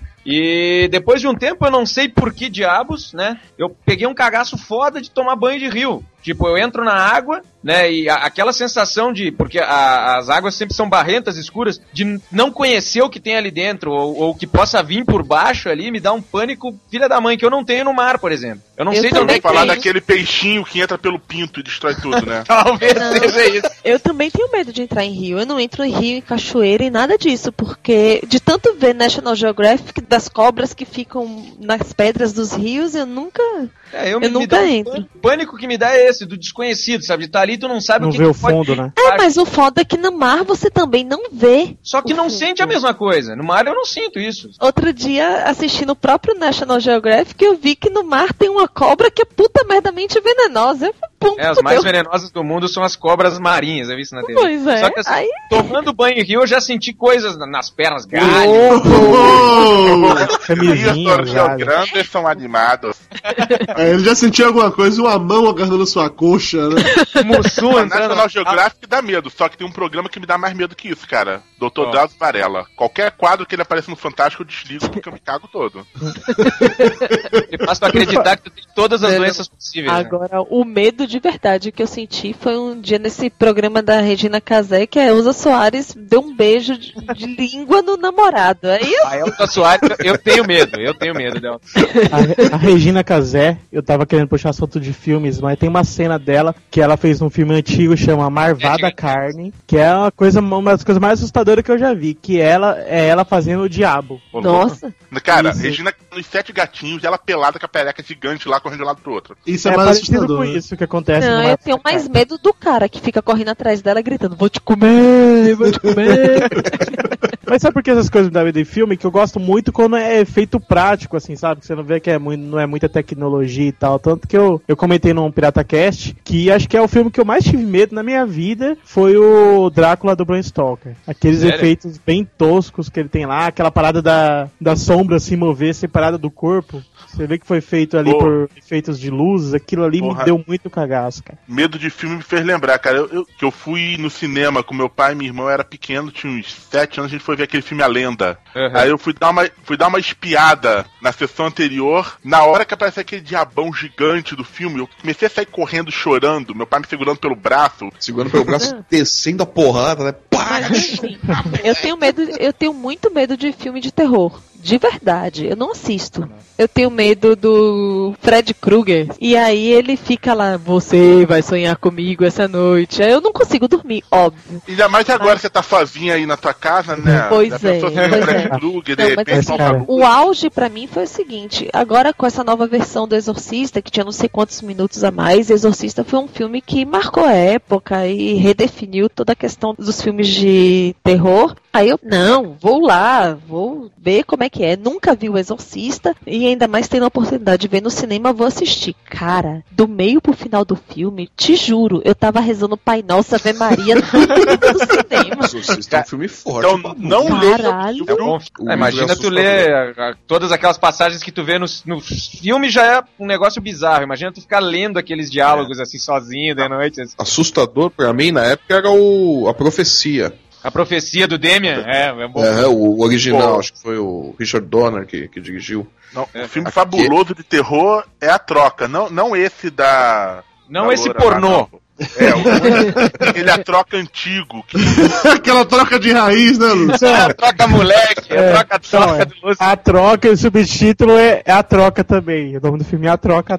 E depois de um tempo, eu não sei por que diabos, né? Eu peguei um cagaço foda de tomar banho de rio. Tipo, eu entro na água, né, e aquela sensação de... Porque as águas sempre são barrentas, escuras, de não conhecer o que tem ali dentro, ou que possa vir por baixo ali, me dá um pânico, filha da mãe, que eu não tenho no mar, por exemplo. Eu não sei de onde é que falar tem. daquele peixinho que entra pelo pinto e destrói tudo, né? Talvez seja isso. Eu também tenho medo de entrar em rio. Eu não entro em rio, em cachoeira e nada disso, porque de tanto ver National Geographic das cobras que ficam nas pedras dos rios, eu nunca nunca entro. O pânico que me dá é esse, do desconhecido, sabe? De estar ali, tu não sabe Não o que vê que o pode fundo, vir. né? Mas o foda é que no mar você também não vê. Só que não sente a mesma coisa. No mar eu não sinto isso. Outro dia, assistindo o próprio National Geographic, eu vi que no mar tem uma cobra que é puta merdamente venenosa. As mais venenosas do mundo são as cobras marinhas, eu vi isso na TV. Pois é. Só que assim, Aí... tomando banho em rio, eu já senti coisas nas pernas, galho. Camisinha, Os galho. grandes são animados. Ele já sentiu alguma coisa, uma mão agarrando sua coxa, né? Mussum A entrando. National Geographic dá medo, só que tem um programa que me dá mais medo que isso, cara. Dr. Drauzio Varela. Qualquer quadro que ele apareça no Fantástico, eu desligo porque eu me cago todo. Ele faz tu acreditar que tu tem todas as doenças possíveis. Né? Agora, o medo de verdade que eu senti foi um dia nesse programa da Regina Casé, que a Elza Soares deu um beijo de língua no namorado. Aí eu... A Elza Soares, eu tenho medo dela. A Regina Casé, eu tava querendo puxar assunto de filmes, mas tem uma cena dela que ela fez num filme antigo, chama Marvada Carne, que é uma das coisas mais assustadoras que eu já vi, que ela fazendo o diabo. Nossa. Cara, Isso. Regina nos 7 gatinhos, ela pelada com a pereca gigante lá, correndo de um lado pro outro. Isso É é mais parecido assustador. com né? isso que acontece Não, no eu Marvada tenho mais Carne. medo do cara que fica correndo atrás dela gritando, vou te comer, vou te comer. Mas sabe por que essas coisas me dão medo em filme? Que eu gosto muito quando é efeito prático, assim, sabe? Que você não vê que não é muita tecnologia e tal. Tanto que eu comentei num PirataCast que acho que é o filme que eu mais tive medo na minha vida foi o Drácula do Bram Stoker. Aqueles efeitos bem toscos que ele tem lá, aquela parada da sombra se mover separada do corpo. Você vê que foi feito ali por efeitos de luzes, aquilo ali me deu muito cagaço, cara. Medo de filme me fez lembrar, cara. Eu fui no cinema com meu pai e minha irmã, eu era pequeno, tinha uns 7 anos, a gente foi ver aquele filme A Lenda. Aí eu fui dar uma espiada na sessão anterior, na hora que apareceu aquele diabão gigante do filme, eu comecei a sair correndo, chorando, meu pai me segurando pelo braço. Segurando pelo braço, descendo a porrada, né? Mas assim, eu tenho muito medo de filme de terror. De verdade, eu não assisto. Eu tenho medo do Fred Krueger. E aí ele fica lá, você vai sonhar comigo essa noite. Aí eu não consigo dormir, óbvio. Ainda mais agora você tá sozinha aí na tua casa, né? Pois é. Fred Krueger, de repente, o auge pra mim foi o seguinte, agora com essa nova versão do Exorcista, que tinha não sei quantos minutos a mais, Exorcista foi um filme que marcou a época e redefiniu toda a questão dos filmes de terror. Aí eu, vou ver como é que é. Nunca vi o Exorcista e ainda mais tendo a oportunidade de ver no cinema, vou assistir. Cara, do meio pro final do filme, te juro, eu tava rezando Pai Nosso, Ave Maria, no cinema. Exorcista é um filme forte. Então, não leia. Imagina tu ler todas aquelas passagens que tu vê no filme, já é um negócio bizarro. Imagina tu ficar lendo aqueles diálogos assim, sozinho, de noite. Assim. Assustador pra mim, na época, era a Profecia. A Profecia do Demian? É bom. O original, acho que foi o Richard Donner que dirigiu. Não, o filme fabuloso de terror é A Troca, não esse da... Não esse pornô. Ele é a troca antigo. Aquela troca de raiz, né, Lúcio? A troca moleque, a troca do Lúcio. A troca e o subtítulo é a troca também. O nome do filme é A Troca.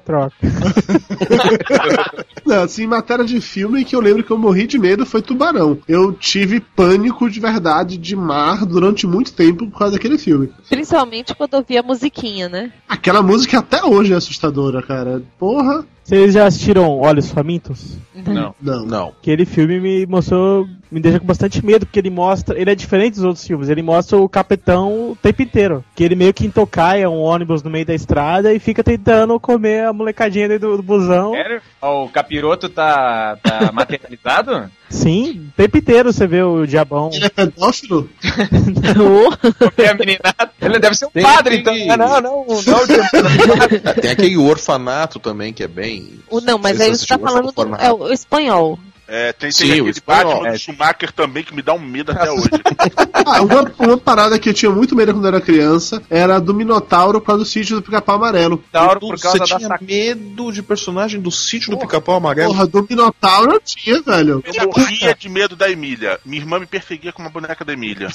Não, assim, em matéria de filme que eu lembro que eu morri de medo foi Tubarão. Eu tive pânico de verdade de mar durante muito tempo por causa daquele filme. Principalmente quando eu vi a musiquinha, né? Aquela música até hoje é assustadora, cara. Porra. Vocês já assistiram Olhos Famintos? Não. Aquele filme me deixa com bastante medo, porque ele é diferente dos outros filmes, ele mostra o capitão o tempo inteiro, que ele meio que entocaia um ônibus no meio da estrada e fica tentando comer a molecadinha dentro do busão. Sério? O capiroto tá materializado? Sim, o tempo inteiro você vê o diabão. Ele é pedófilo? A meninada. Ele deve ser um padre, então. Não. Tem aquele Orfanato também, que é bem... Não, mas aí você tá falando o espanhol. Tem Sim, aquele Batman do Schumacher também, que me dá um medo até hoje. Uma parada que eu tinha muito medo quando era criança era do Minotauro por causa do Sítio do Pica-Pau Amarelo. Você tinha medo de personagem do Sítio do Pica-Pau Amarelo? Porra, do Minotauro eu tinha, velho. Eu morria de medo da Emília. Minha irmã me perseguia com uma boneca da Emília.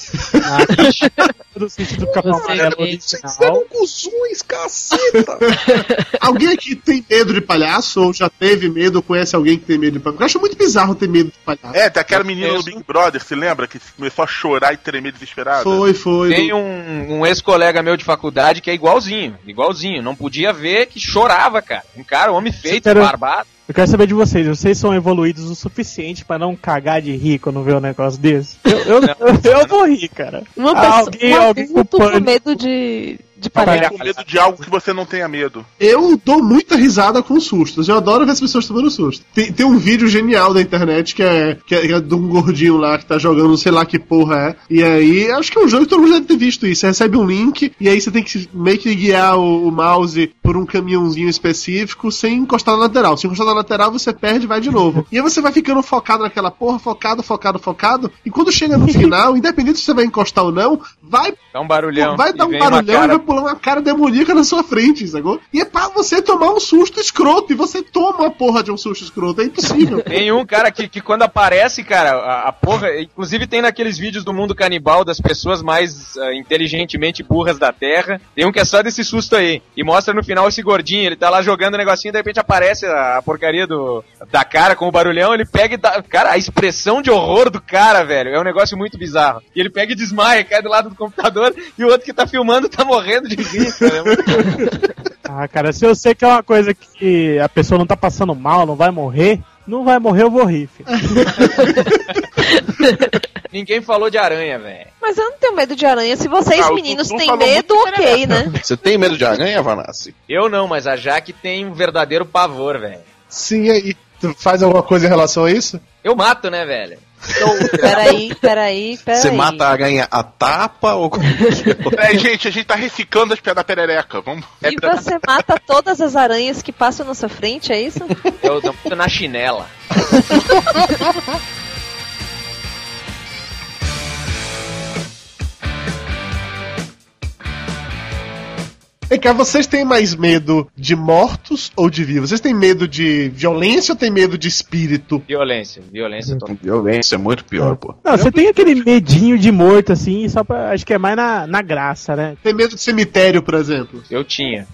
Do Sítio do Pica-Pau Amarelo Vocês eram cuzões, caceta! Alguém aqui tem medo de palhaço? Ou já teve medo ou conhece alguém que tem medo de palhaço? Eu acho muito bizarro ter medo de palhaço. Tem aquela menina do Big Brother, você lembra? Que começou a chorar e tremer desesperada. Foi. Tem um ex-colega meu de faculdade que é igualzinho. Não podia ver que chorava, cara. Um homem feito, barbado. Eu quero saber de vocês são evoluídos o suficiente pra não cagar de rir quando vê um negócio desse? Eu vou rir, cara. Alguém com medo de parar. Com medo de algo que você não tenha medo. Eu dou muita risada com sustos. Eu adoro ver as pessoas tomando susto. Tem um vídeo genial da internet que é de um gordinho lá que tá jogando sei lá que porra é. E aí, acho que é um jogo que todo mundo deve ter visto isso. Você recebe um link e aí você tem que meio que guiar o mouse por um caminhãozinho específico sem encostar na lateral. Se encostar na lateral, você perde e vai de novo. E aí você vai ficando focado naquela porra, focado. E quando chega no final, independente se você vai encostar ou não, vai dar um barulhão. Vai dar um barulhão e vai pular uma cara demoníaca na sua frente, sacou? E é pra você tomar um susto escroto, e você toma a porra de um susto escroto, é impossível. Tem um cara que quando aparece, cara, a porra, inclusive tem naqueles vídeos do mundo canibal das pessoas mais inteligentemente burras da Terra, tem um que é só desse susto aí, e mostra no final esse gordinho, ele tá lá jogando o negocinho, e de repente aparece a porcaria da cara com o barulhão, ele pega e dá, cara, a expressão de horror do cara, velho, é um negócio muito bizarro. E ele pega e desmaia, cai do lado do computador, e o outro que tá filmando tá morrendo de rir. Cara, se eu sei que é uma coisa que a pessoa não tá passando mal, não vai morrer, eu vou rir, filho. Ninguém falou de aranha, velho. Mas eu não tenho medo de aranha. Se vocês, meninos, Dudu têm falou medo, muito ok, né? Você tem medo de aranha, Vanassi? Eu não, mas a Jaque tem um verdadeiro pavor, velho. Sim, aí. Tu faz alguma coisa em relação a isso? Eu mato, né, velho? Peraí. Você mata a aranha a tapa ou como que é? Gente, a gente tá reciclando as piadas da perereca. Vamos. E você mata todas as aranhas que passam na sua frente, é isso? Eu tô na chinela. Vem cá, vocês têm mais medo de mortos ou de vivos? Vocês têm medo de violência ou têm medo de espírito? Violência total. Violência é muito pior, pô. Não, você tem aquele medinho de morto, assim, só pra. Acho que é mais na graça, né? Tem medo de cemitério, por exemplo? Eu tinha.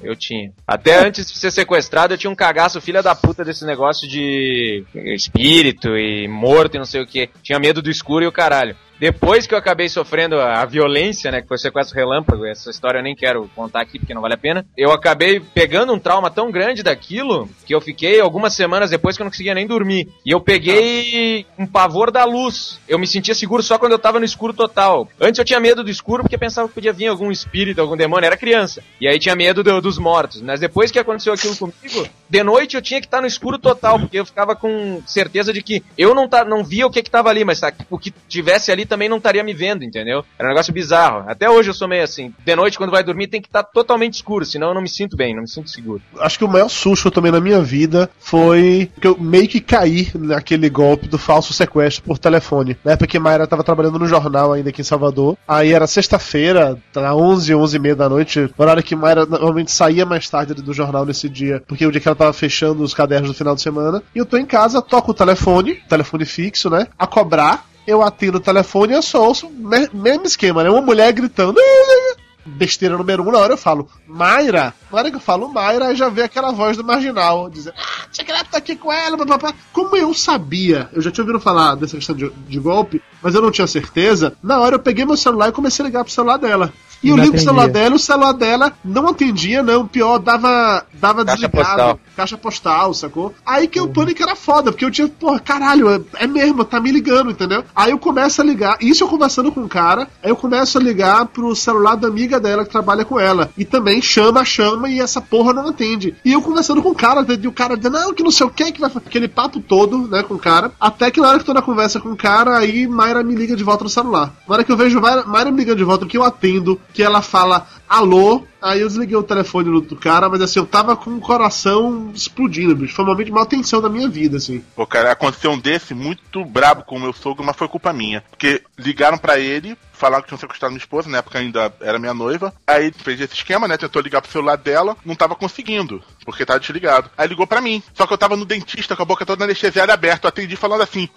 Até antes de ser sequestrado, eu tinha um cagaço filha da puta desse negócio de espírito e morto e não sei o que. Tinha medo do escuro e o caralho. Depois que eu acabei sofrendo a violência, né, que foi o sequestro relâmpago, essa história eu nem quero contar aqui porque não vale a pena, eu acabei pegando um trauma tão grande daquilo que eu fiquei algumas semanas depois que eu não conseguia nem dormir. E eu peguei um pavor da luz. Eu me sentia seguro só quando eu tava no escuro total. Antes eu tinha medo do escuro porque pensava que podia vir algum espírito, algum demônio, era criança. E aí tinha medo dos mortos. Mas depois que aconteceu aquilo comigo, de noite eu tinha que estar no escuro total, porque eu ficava com certeza de que eu não via o que tava ali, mas o que tivesse ali também não estaria me vendo, entendeu? Era um negócio bizarro. Até hoje eu sou meio assim. De noite, quando vai dormir, tem que estar totalmente escuro, senão eu não me sinto bem, não me sinto seguro. Acho que o maior susto também na minha vida foi que eu meio que caí naquele golpe do falso sequestro por telefone. Na época que Mayra tava trabalhando no jornal ainda aqui em Salvador. Aí era sexta-feira, 11h30 da noite, horário que Mayra normalmente saía mais tarde do jornal nesse dia, porque é o dia que ela tava fechando os cadernos do final de semana. E eu tô em casa, toco o telefone fixo, né? A cobrar. Eu atendo o telefone e eu só ouço mesmo esquema, né? Uma mulher gritando. Besteira número 1, na hora eu falo Mayra. Na hora que eu falo Mayra, aí já vem aquela voz do marginal dizendo: tinha que estar aqui com ela, papapá. Como eu sabia, eu já tinha ouvido falar dessa questão de golpe, mas eu não tinha certeza. Na hora eu peguei meu celular e comecei a ligar pro celular dela. E eu ligo pro celular dela não atendia, não. Pior, dava desligado. Caixa postal, sacou? Aí que o pânico era foda, porque eu tinha, porra, caralho, é mesmo, tá me ligando, entendeu? Aí eu começo a ligar, isso eu conversando com o cara, aí eu começo a ligar pro celular da amiga dela que trabalha com ela. E também chama e essa porra não atende. E eu conversando com o cara, e o cara dizendo, não, que não sei o que vai fazer. Aquele papo todo, né, com o cara. Até que na hora que eu tô na conversa com o cara, aí Mayra me liga de volta no celular. Na hora que eu vejo Mayra me ligando de volta, que eu atendo, que ela fala alô, aí eu desliguei o telefone do cara, mas assim, eu tava com o coração explodindo, bicho. Foi o momento de maior tensão da minha vida, assim. Pô, cara, aconteceu um desse muito brabo com o meu sogro, mas foi culpa minha. Porque ligaram pra ele, falaram que tinham sequestrado minha esposa, na época ainda era minha noiva. Aí ele fez esse esquema, né? Tentou ligar pro celular dela, não tava conseguindo, porque tava desligado. Aí ligou pra mim. Só que eu tava no dentista com a boca toda anestesiada aberta. Eu atendi falando assim.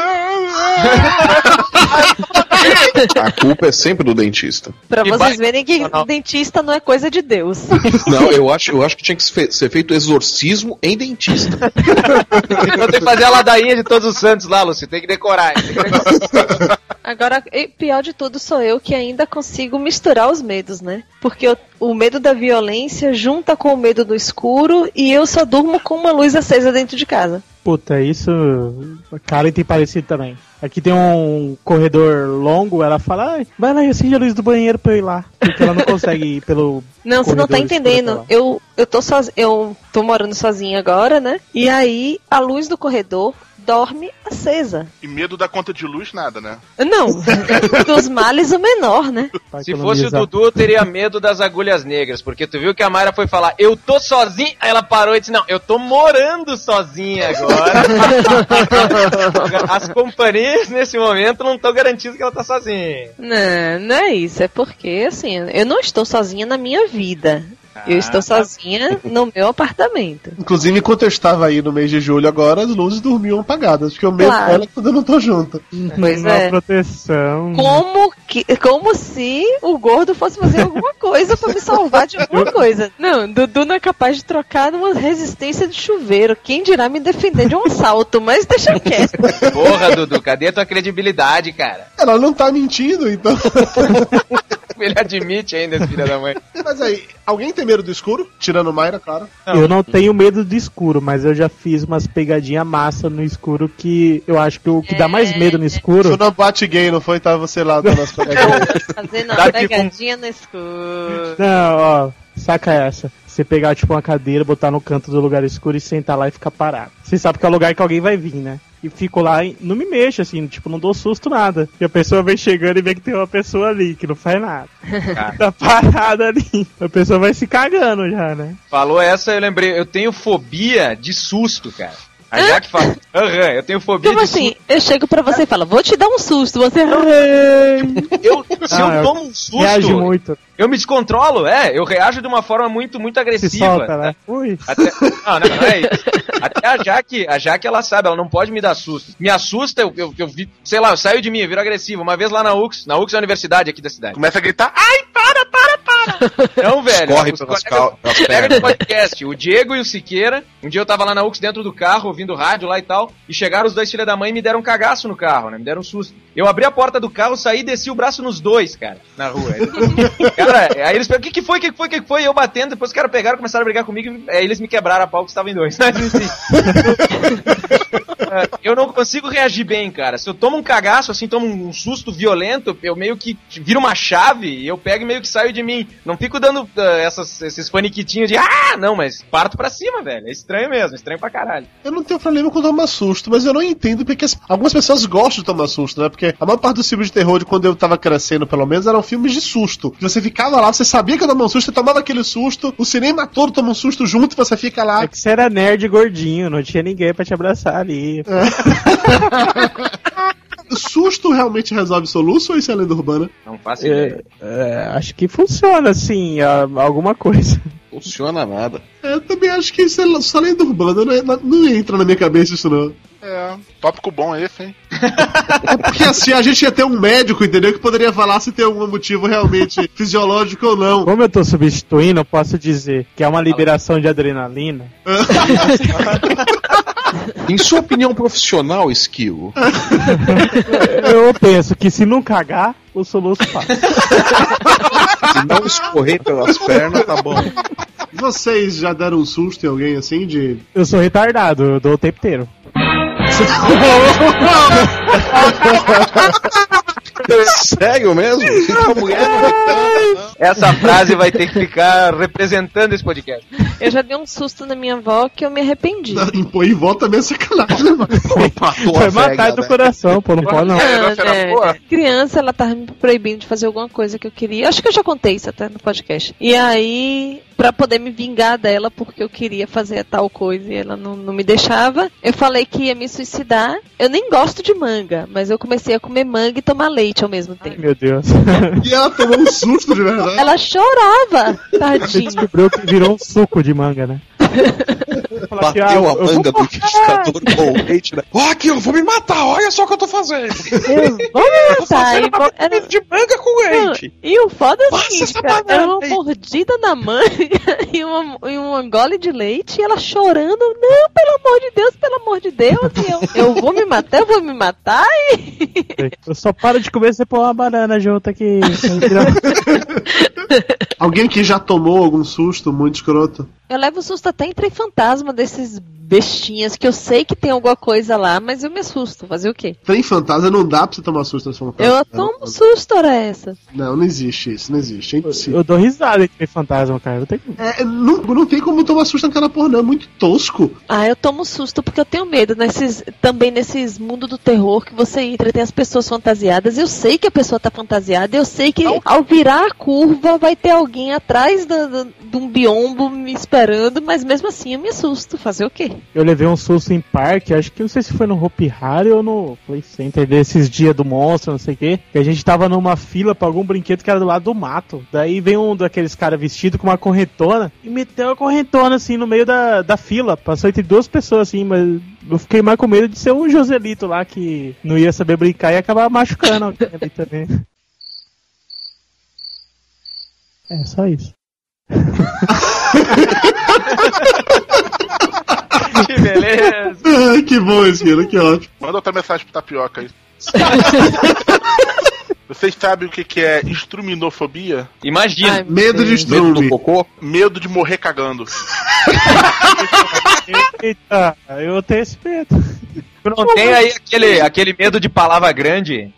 A culpa é sempre do dentista. Pra vocês verem que dentista não é coisa de Deus. Não, eu acho que tinha que ser feito exorcismo em dentista. Então tem que fazer a ladainha de todos os santos lá, Lucy. Tem que decorar. Agora, pior de tudo sou eu que ainda consigo misturar os medos, né? Porque o medo da violência junta com o medo do escuro e eu só durmo com uma luz acesa dentro de casa. Puta, isso... Cara, tem parecido também. Aqui tem um corredor longo, ela fala, vai lá e acende a luz do banheiro pra eu ir lá. Porque ela não consegue ir pelo... Não, você não tá entendendo. Eu tô morando sozinha agora, né? E aí, a luz do corredor dorme acesa. E medo da conta de luz, nada, né? Não, dos males o menor, né? Se fosse o Dudu, eu teria medo das agulhas negras, porque tu viu que a Mayra foi falar, eu tô sozinha, aí ela parou e disse, não, eu tô morando sozinha agora. As companhias nesse momento não estão garantindo que ela tá sozinha. Não é isso, é porque, assim, eu não estou sozinha na minha vida. Eu estou sozinha no meu apartamento. Inclusive, enquanto eu estava aí no mês de julho agora, as luzes dormiam apagadas, porque eu medo dela quando eu não tô junto. Pois é. Proteção. Como se o gordo fosse fazer alguma coisa pra me salvar de alguma coisa. Não, Dudu não é capaz de trocar numa resistência de chuveiro. Quem dirá me defender de um assalto, mas deixa quieto. Porra, Dudu, cadê a tua credibilidade, cara? Ela não tá mentindo, então. Ele admite ainda, esse filho da mãe. Mas aí, alguém tem medo do escuro? Tirando o Mayra, claro. Eu não tenho medo do escuro, mas eu já fiz umas pegadinhas massa no escuro que eu acho que o que dá mais medo no escuro... Isso não bate gay, não foi? Tava, sei lá, dando as pegadinhas. Fazendo uma pegadinha no escuro. Não, ó, saca essa. Você pegar, tipo, uma cadeira, botar no canto do lugar escuro e sentar lá e ficar parado. Você sabe que é o lugar que alguém vai vir, né? E fico lá e não me mexo, assim, tipo, não dou susto nada. E a pessoa vem chegando e vê que tem uma pessoa ali, que não faz nada. Tá parada ali. A pessoa vai se cagando já, né? Falou essa, eu lembrei, eu tenho fobia de susto, cara. A Jaque fala, eu tenho fobia Como de assim? susto. Eu chego pra você e falo, vou te dar um susto. Você... Se eu tomo um susto, reage muito. eu me descontrolo, eu reajo de uma forma muito, muito agressiva. Se solta, né? Ui. Não é isso. Até a Jaque, ela sabe, ela não pode me dar susto. Me assusta, eu vi, sei lá, eu saio de mim, eu viro agressivo. Uma vez lá na UX é a universidade aqui da cidade. Começa a gritar, ai, para! Não, velho. Corre pelas colegas do podcast, o Diego e o Siqueira. Um dia eu tava lá na UX dentro do carro, ouvindo rádio lá e tal, e chegaram os dois filhos da mãe e me deram um cagaço no carro, né? Me deram um susto. Eu abri a porta do carro, saí e desci o braço nos dois, cara, na rua. Cara, aí eles perguntaram, o que foi? E eu batendo, depois os caras pegaram, começaram a brigar comigo, aí eles me quebraram a pau que estavam em dois. Mas enfim. Eu não consigo reagir bem, cara. Se eu tomo um cagaço, assim, tomo um susto violento, eu meio que viro uma chave e eu pego e meio que saio de mim. Não fico dando esses faniquitinhos de não, mas parto pra cima, velho. É estranho mesmo, estranho pra caralho. Eu não tenho problema com tomar susto, mas eu não entendo porque algumas pessoas gostam de tomar susto, né? Porque a maior parte dos filmes de terror, de quando eu tava crescendo, pelo menos, eram filmes de susto. Você ficava lá, você sabia que ia tomar um susto, você tomava aquele susto, o cinema todo toma um susto junto e você fica lá. É que você era nerd gordinho, não tinha ninguém pra te abraçar ali. Susto realmente resolve soluço ou isso é lenda urbana? Não faço ideia. Acho que funciona, assim, alguma coisa. Funciona nada. Eu também acho que isso é só lenda urbana, não entra na minha cabeça isso não. Tópico bom esse, hein? É porque assim, a gente ia ter um médico, entendeu? Que poderia falar se tem algum motivo realmente fisiológico ou não. Como eu tô substituindo, eu posso dizer que é uma liberação de adrenalina. Em sua opinião profissional, Esquilo? Eu penso que se não cagar, o soluço passa. Se não escorrer pelas pernas, tá bom. Vocês já deram um susto em alguém assim de... Eu sou retardado, eu dou o tempo inteiro. Sério mesmo? Essa frase vai ter que ficar representando esse podcast. Eu já dei um susto na minha avó que eu me arrependi. Impor em volta também é sacanagem, né, mano? Foi matar do coração, pô, não pode não. Criança, ela tava me proibindo de fazer alguma coisa que eu queria. Acho que eu já contei isso até no podcast. E aí, pra poder me vingar dela, porque eu queria fazer tal coisa e ela não me deixava, eu falei que ia me suicidar. Eu nem gosto de manga, mas eu comecei a comer manga e tomar leite ao mesmo tempo. Ai, meu Deus. E ela tomou um susto de verdade. Ela chorava, Você tadinha. descobriu que virou um suco de manga, né? Bateu a manga do liquidificador com o leite, né? Aqui, eu vou me matar, olha só o que eu tô fazendo. Eu vou me matar. Era... de manga com leite. E o foda é o seguinte, cara, era uma aí. mordida na manga e uma gole de leite e ela chorando. Não, pelo amor de Deus. E eu vou me matar e... Eu só paro de comer se você pôr uma banana junto aqui. Alguém que já tomou algum susto muito escroto? Eu levo susto até em trem fantasma desses bestinhas que eu sei que tem alguma coisa lá, mas eu me assusto. Fazer o quê? Tem fantasma, não dá pra você tomar susto nesse fantasma. Eu tomo susto, ora essa. Não existe isso, não existe. É impossível. Eu dou risada em trem fantasma, cara. Não tem como. Não tem como tomar susto naquela porra, não. É muito tosco. Eu tomo susto porque eu tenho medo. Também nesses mundos do terror que você entra e tem as pessoas fantasiadas. Eu sei que a pessoa tá fantasiada. Eu sei que ao virar a curva vai ter alguém atrás de um biombo me esperando. Mas mesmo assim eu me assusto. Fazer o quê? Eu levei um susto em parque. Acho que não sei se foi no Hopi Hari ou no Play Center desses dias do monstro, não sei o quê. Que a gente tava numa fila pra algum brinquedo que era do lado do mato. Daí vem um daqueles caras vestido com uma correntona e meteu a correntona assim no meio da fila. Passou entre duas pessoas assim, mas eu fiquei mais com medo de ser um Joselito lá que não ia saber brincar e ia acabar machucando alguém ali também. É, só isso. Que beleza. Que bom, Esquilo, que ótimo. Manda outra mensagem pro Tapioca aí. Vocês sabem o que é estruminofobia? Imagina. Ai, Medo de Medo estrume. do cocô? Medo de morrer cagando. Eita, eu tenho esse medo. Tu não tem aí aquele medo de palavra grande?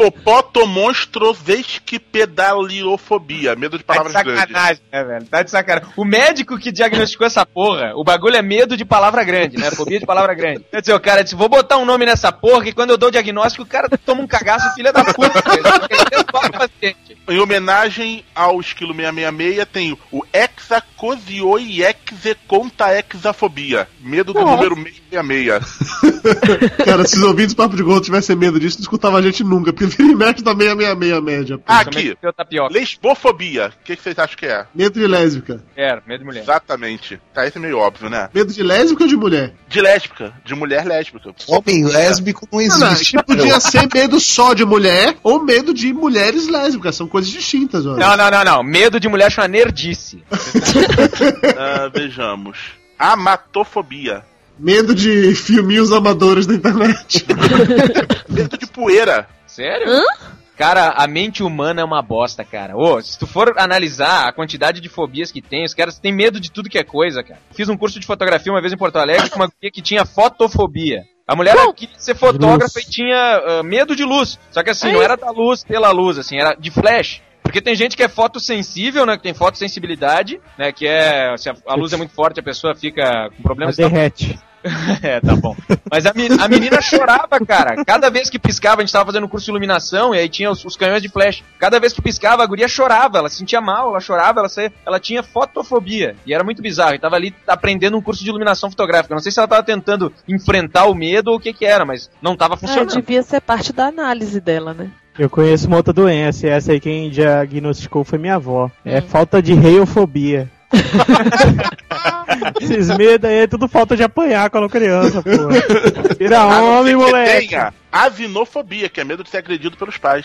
Hipopotomonstrosesquipedaliofobia. Medo de Tá de palavras grandes. sacanagem, né, velho? Tá de sacanagem. O médico que diagnosticou essa porra, o bagulho é medo de palavra grande, né? Fobia de palavra grande. Quer dizer, o cara disse, vou botar um nome nessa porra, que quando eu dou o diagnóstico, o cara toma um cagaço, filha da puta. Paciente. Em homenagem ao esquilo 666, tem o hexacosioiexecontaexafobia. Medo do número 666. Cara, se os ouvintes do Papo de Gordo tivessem medo disso, não escutava a gente nunca, porque vira e mexe da 666 média. Pô. Aqui, Também tapioca. lesbofobia. O que vocês acham que é? Medo de lésbica. É, medo de mulher. Exatamente. Tá, esse é meio óbvio, né? Medo de lésbica ou de mulher? De lésbica. De mulher lésbica. Homem lésbico não Não, existe. que podia ser medo só de mulher ou medo de mulheres lésbicas. São coisas distintas, olha. Não. Medo de mulher chama nerdice. Vejamos. Amatofobia. Medo de filminhos amadores da internet. Medo de poeira. Sério? Cara, a mente humana é uma bosta, cara. Ô, se tu for analisar a quantidade de fobias que tem, os caras têm medo de tudo que é coisa, cara. Fiz um curso de fotografia uma vez em Porto Alegre com uma guria que tinha fotofobia. A mulher queria ser fotógrafa e tinha medo de luz. Só que assim, não era da luz pela luz, assim, era de flash. Porque tem gente que é fotossensível, né? Que tem fotossensibilidade, né? Que é, se a luz é muito forte, a pessoa fica com problemas... Derrete. É, tá bom. Mas a menina chorava, cara. Cada vez que piscava, a gente tava fazendo curso de iluminação e aí tinha os canhões de flash. Cada vez que piscava, a guria chorava, ela se sentia mal, ela chorava, ela tinha fotofobia. E era muito bizarro. E tava ali aprendendo um curso de iluminação fotográfica. Não sei se ela tava tentando enfrentar o medo ou o que era, mas não tava funcionando. devia ser parte da análise dela, né? Eu conheço uma outra doença, e essa aí quem diagnosticou foi minha avó. É falta de reiofobia. Esses medos aí é tudo falta de apanhar quando criança, pô. Vira homem, moleque. Tenha avinofobia, que é medo de ser agredido pelos pais.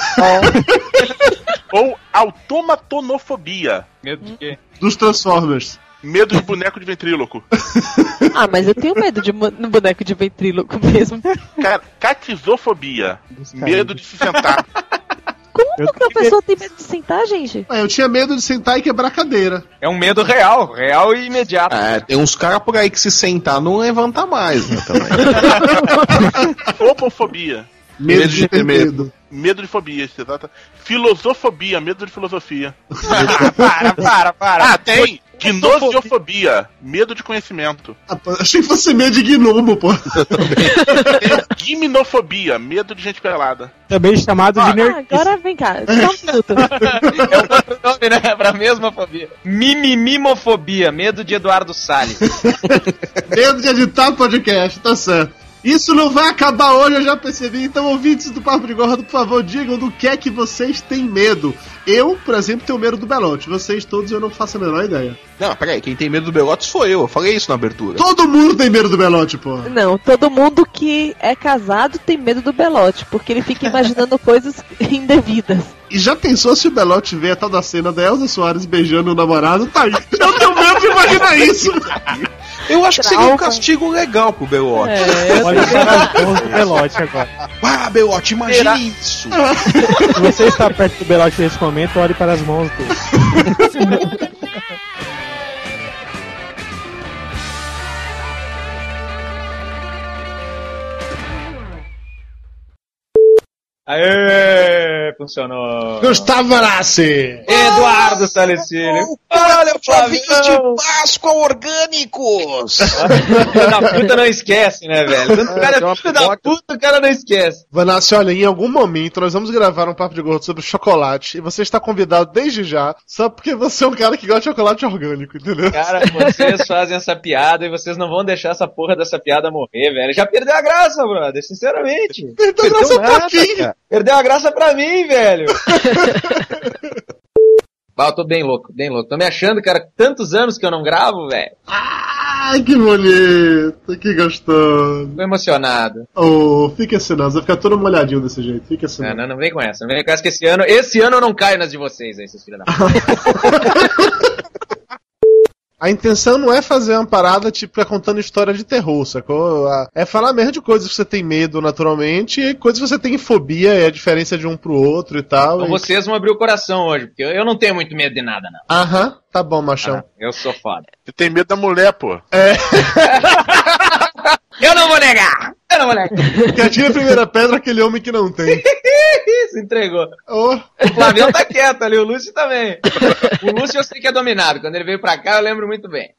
Ou automatonofobia. Medo de quê? Dos Transformers. Medo de boneco de ventríloco. Ah, mas eu tenho medo de no boneco de ventríloco mesmo. Cara, catizofobia. Medo de se sentar. Como que uma pessoa tem medo de sentar, gente? Eu tinha medo de sentar e quebrar a cadeira. É um medo real e imediato. É, tem uns caras por aí que se sentar não levanta mais, né, também. Opofobia. Medo de ter medo. Medo de fobia, exato. Filosofobia, medo de filosofia. Para. Tem! Gnosiofobia, medo de conhecimento. Achei que fosse medo de gnomo, pô. Tem gimnofobia, medo de gente pelada. Também chamado de nerdice. Agora vem cá, só um minuto. É um outro nome, né? Pra mesma fobia. Mimimimofobia, medo de Eduardo Salles. Medo de editar podcast, tá certo. Isso não vai acabar hoje, eu já percebi. Então, ouvintes do Papo de Gordo, por favor, digam do que é que vocês têm medo. Eu, por exemplo, tenho medo do Belote. Vocês todos, eu não faço a menor ideia. Não, peraí, quem tem medo do Belote sou eu falei isso na abertura. Todo mundo tem medo do Belote, pô. Não, todo mundo que é casado tem medo do Belote, porque ele fica imaginando coisas indevidas. E já pensou se o Belote vê a tal da cena da Elza Soares beijando o namorado? Tá aí. Eu tenho medo de imaginar isso. Eu acho que seria um castigo legal pro Belote. Olha as mãos do Belote agora. Ah, Belote, imagine isso. Se você está perto do Belote nesse momento, olhe para as mãos dele. Aê, funcionou. Gustavo Varassi. Eduardo Salecílio. Olha, Flavinhos de Páscoa orgânicos. Filho da puta não esquece, né, velho? Quando o cara é filho da puta, o cara não esquece. Vanassi, olha, em algum momento nós vamos gravar um Papo de Gordo sobre chocolate e você está convidado desde já, só porque você é um cara que gosta de chocolate orgânico, entendeu? Cara, vocês fazem essa piada e vocês não vão deixar essa porra dessa piada morrer, velho. Já perdeu a graça, brother, sinceramente. Perdeu a graça pra quem? Perdeu a graça pra mim, velho. Eu tô bem louco, bem louco. Tô me achando, cara, tantos anos que eu não gravo, velho. Ai, que bonito, que gostoso. Tô emocionado. Oh, fica assim não, você vai ficar todo molhadinho desse jeito, fica assim não. Não vem com essa, não vem com essa que esse ano eu não caio nas de vocês aí, seus filhos da puta. A intenção não é fazer uma parada, tipo, ficar contando história de terror, sacou? É falar mesmo de coisas que você tem medo naturalmente e coisas que você tem fobia, e a diferença de um pro outro e tal. Então vocês vão abrir o coração hoje, porque eu não tenho muito medo de nada, não. Aham, tá bom, machão. Eu sou foda. Você tem medo da mulher, pô. Eu não vou negar! Eu não vou negar! Que atira a primeira pedra aquele homem que não tem. Se entregou. Oh. O Flavião tá quieto ali, o Lúcio também. O Lúcio eu sei que é dominado. Quando ele veio pra cá, eu lembro muito bem.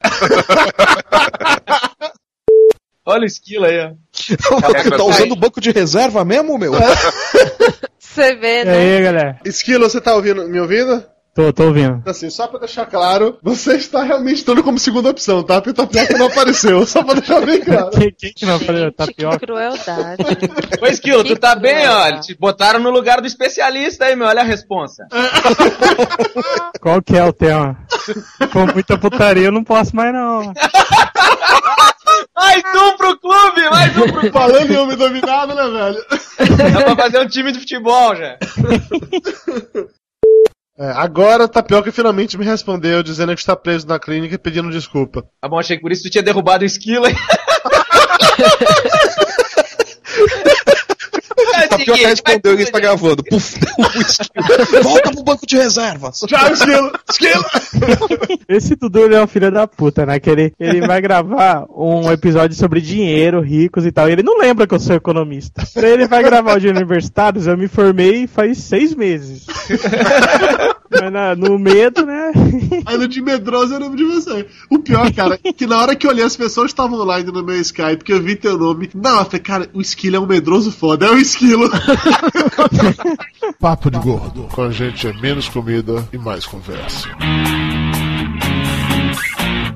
Olha o esquilo aí, ó. Tá usando o banco de reserva mesmo, meu? Você vê, né? E aí, galera? Esquilo, você tá me ouvindo? Tô ouvindo. Assim, só pra deixar claro, você está realmente estando como segunda opção, tá? Porque Tapioca não apareceu, só pra deixar bem claro. Quem que não apareceu? Tapioca. Que crueldade. Ô, Esquilo, tu tá bem, ó. Te botaram no lugar do especialista aí, meu. Olha a responsa. Qual que é o tema? Com muita putaria eu não posso mais, não. Mais um pro clube, mais um pro clube. Falando em homem dominado, né, velho? Dá pra fazer um time de futebol já. Agora o Tapioca finalmente me respondeu, dizendo que está preso na clínica e pedindo desculpa. Tá bom, achei que por isso tu tinha derrubado o esquilo aí. O Tapioca respondeu e está gravando. Puf, o esquilo. Volta pro banco de reserva. Tchau, esquilo! Esquilo! Esse Dudu ele é um filho da puta, né? Que ele vai gravar um episódio sobre dinheiro, ricos e tal. E ele não lembra que eu sou economista. Ele vai gravar o de universitários, eu me formei faz 6 meses. Mas no medo, né? Aí no de medroso eu lembro de você. O pior, cara, que na hora que eu olhei as pessoas estavam online no meu Skype, que eu vi teu nome. Não, eu falei, cara, o esquilo é um medroso foda, é o esquilo. Papo de Gordo. Com a gente é menos comida e mais conversa.